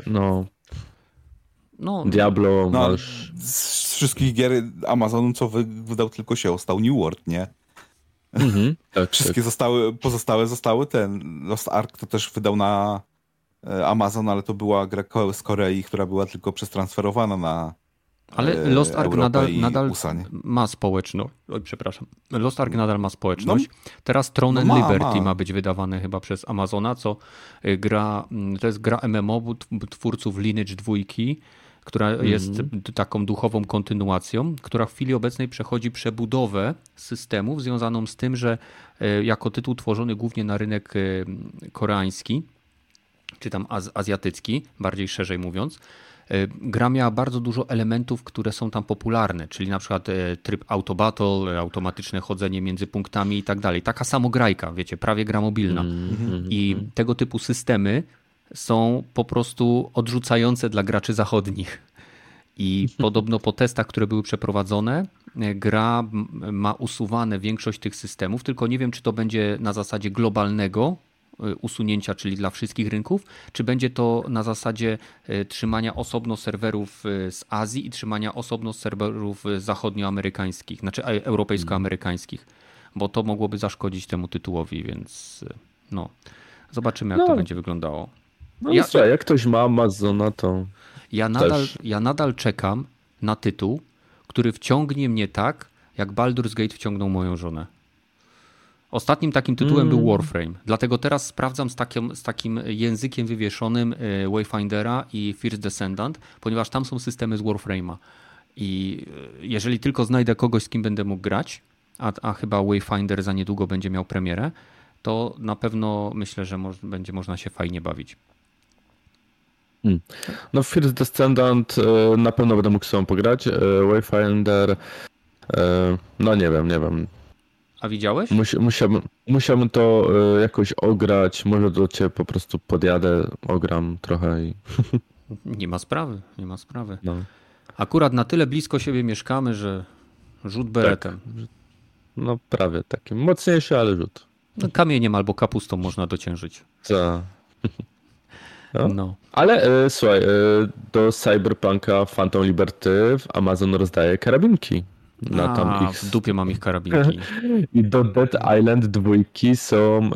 Diablo, masz... Z wszystkich gier Amazonu, co wydał, tylko się ostał New World, nie? Tak, wszystkie pozostałe zostały. Ten Lost Ark to też wydał na Amazon, ale to była gra z Korei, która była tylko przetransferowana na Ale Lost Ark nadal USA, ma społeczność. Oj, przepraszam. Lost Ark nadal ma społeczność. Teraz Throne and Liberty ma być wydawane chyba przez Amazona, to jest gra MMO twórców Lineage 2, która jest taką duchową kontynuacją, która w chwili obecnej przechodzi przebudowę systemów związaną z tym, że jako tytuł tworzony głównie na rynek koreański, czy tam azjatycki, bardziej szerzej mówiąc, gra miała bardzo dużo elementów, które są tam popularne, czyli na przykład tryb auto battle, automatyczne chodzenie między punktami i tak dalej. Taka samograjka, wiecie, prawie gra mobilna. I tego typu systemy są po prostu odrzucające dla graczy zachodnich. I podobno po testach, które były przeprowadzone, gra ma usuwane większość tych systemów, tylko nie wiem, czy to będzie na zasadzie globalnego usunięcia, czyli dla wszystkich rynków, czy będzie to na zasadzie trzymania osobno serwerów z Azji i trzymania osobno serwerów zachodnioamerykańskich, znaczy europejsko-amerykańskich. bo to mogłoby zaszkodzić temu tytułowi, więc no, zobaczymy jak to będzie wyglądało. No jak ktoś ma Amazona, to ja nadal czekam na tytuł, który wciągnie mnie tak, jak Baldur's Gate wciągnął moją żonę. Ostatnim takim tytułem był Warframe. Dlatego teraz sprawdzam z takim językiem wywieszonym Wayfindera i First Descendant, ponieważ tam są systemy z Warframe'a. I jeżeli tylko znajdę kogoś, z kim będę mógł grać, a chyba Wayfinder za niedługo będzie miał premierę, to na pewno myślę, że będzie można się fajnie bawić. No First Descendant na pewno będę mógł sobie pograć. Wayfinder no nie wiem. A widziałeś? Musiałbym to jakoś ograć. Może do ciebie po prostu podjadę, ogram trochę i... Nie ma sprawy. No. Akurat na tyle blisko siebie mieszkamy, że rzut beretem. Tak. No prawie taki. Mocniejszy, ale rzut. No, kamieniem albo kapustą można dociężyć. Co? No. Ale słuchaj, do Cyberpunka Phantom Liberty Amazon rozdaje karabinki. W dupie mam ich karabinki. I do Dead Island 2 są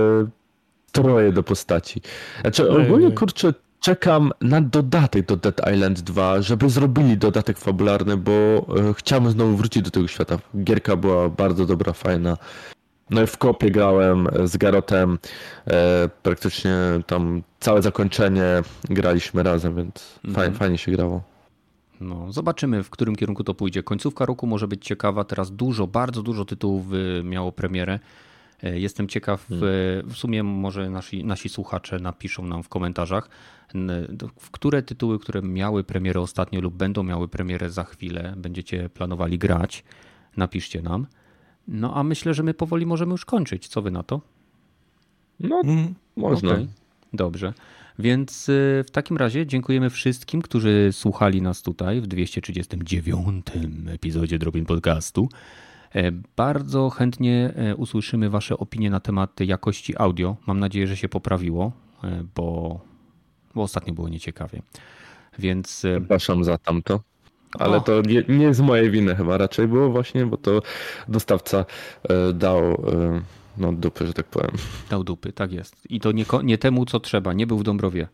stroje do postaci. Znaczy ogólnie kurczę, czekam na dodatek do Dead Island 2, żeby zrobili dodatek fabularny, bo chciałbym znowu wrócić do tego świata. Gierka była bardzo dobra, fajna. No i w kopie grałem z Garotem, praktycznie tam całe zakończenie graliśmy razem, więc fajnie się grało. No, zobaczymy, w którym kierunku to pójdzie. Końcówka roku może być ciekawa. Teraz bardzo dużo tytułów miało premierę. Jestem ciekaw, w sumie może nasi słuchacze napiszą nam w komentarzach, w które tytuły, które miały premierę ostatnio lub będą miały premierę za chwilę, będziecie planowali grać. Napiszcie nam. No a myślę, że my powoli możemy już kończyć. Co wy na to? No, można. Okay. Dobrze. Więc w takim razie dziękujemy wszystkim, którzy słuchali nas tutaj w 239 epizodzie Drop-in Podcastu. Bardzo chętnie usłyszymy wasze opinie na temat jakości audio. Mam nadzieję, że się poprawiło, bo ostatnio było nieciekawie. Więc... Przepraszam za tamto. Ale to nie z mojej winy chyba raczej było właśnie, bo to dostawca dał dupy, że tak powiem. Dał dupy, tak jest. I to nie temu, co trzeba. Nie był w Dąbrowie.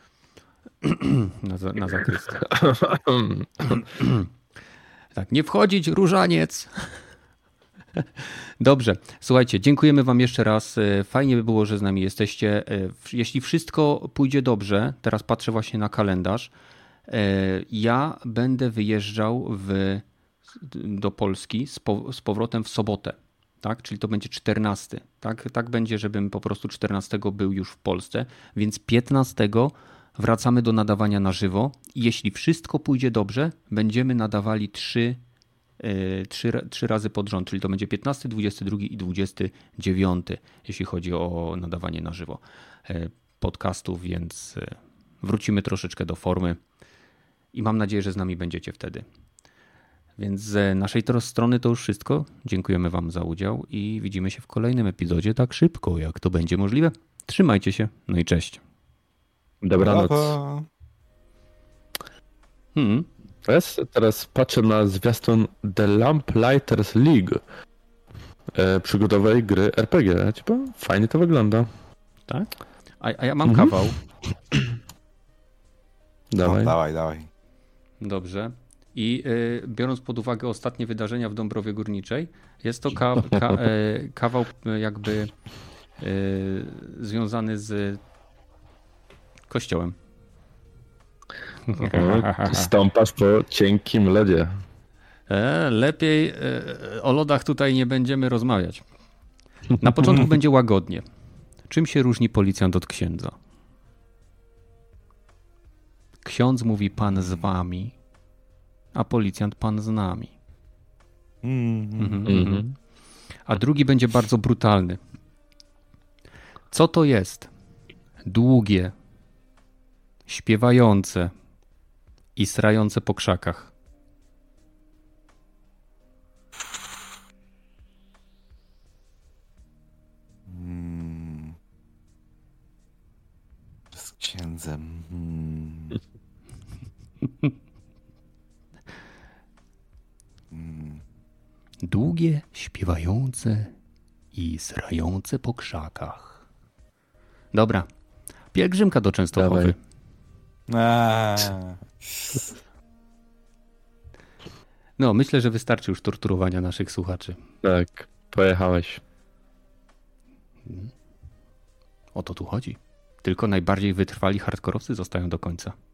na zakrystę. Tak, nie wchodzić, różaniec. Dobrze, słuchajcie, dziękujemy wam jeszcze raz. Fajnie by było, że z nami jesteście. Jeśli wszystko pójdzie dobrze, teraz patrzę właśnie na kalendarz, ja będę wyjeżdżał do Polski z powrotem w sobotę, tak? Czyli to będzie 14. Tak będzie, żebym po prostu 14 był już w Polsce, więc 15 wracamy do nadawania na żywo i jeśli wszystko pójdzie dobrze, będziemy nadawali 3 razy pod rząd, czyli to będzie 15, 22 i 29, jeśli chodzi o nadawanie na żywo podcastów, więc wrócimy troszeczkę do formy i mam nadzieję, że z nami będziecie wtedy. Więc z naszej strony to już wszystko. Dziękujemy wam za udział i widzimy się w kolejnym epizodzie tak szybko, jak to będzie możliwe. Trzymajcie się, no i cześć. Dobranoc. Teraz patrzę na zwiastun The Lamplighters League, przygodowej gry RPG. Fajnie to wygląda. Tak? A ja mam kawał. Dawaj. Dobrze. I biorąc pod uwagę ostatnie wydarzenia w Dąbrowie Górniczej, jest to kawał jakby związany z kościołem. Stąpasz po cienkim lodzie. Lepiej o lodach tutaj nie będziemy rozmawiać. Na początku będzie łagodnie. Czym się różni policjant od księdza? Ksiądz mówi pan z wami, a policjant pan z nami. A drugi będzie bardzo brutalny. Co to jest? Długie, śpiewające i srające po krzakach. Z księdzem. Długie, śpiewające i srające po krzakach. Dobra. Pielgrzymka do Częstochowy. No, myślę, że wystarczy już torturowania naszych słuchaczy. Tak, pojechałeś. O to tu chodzi. Tylko najbardziej wytrwali hardkorowcy zostają do końca.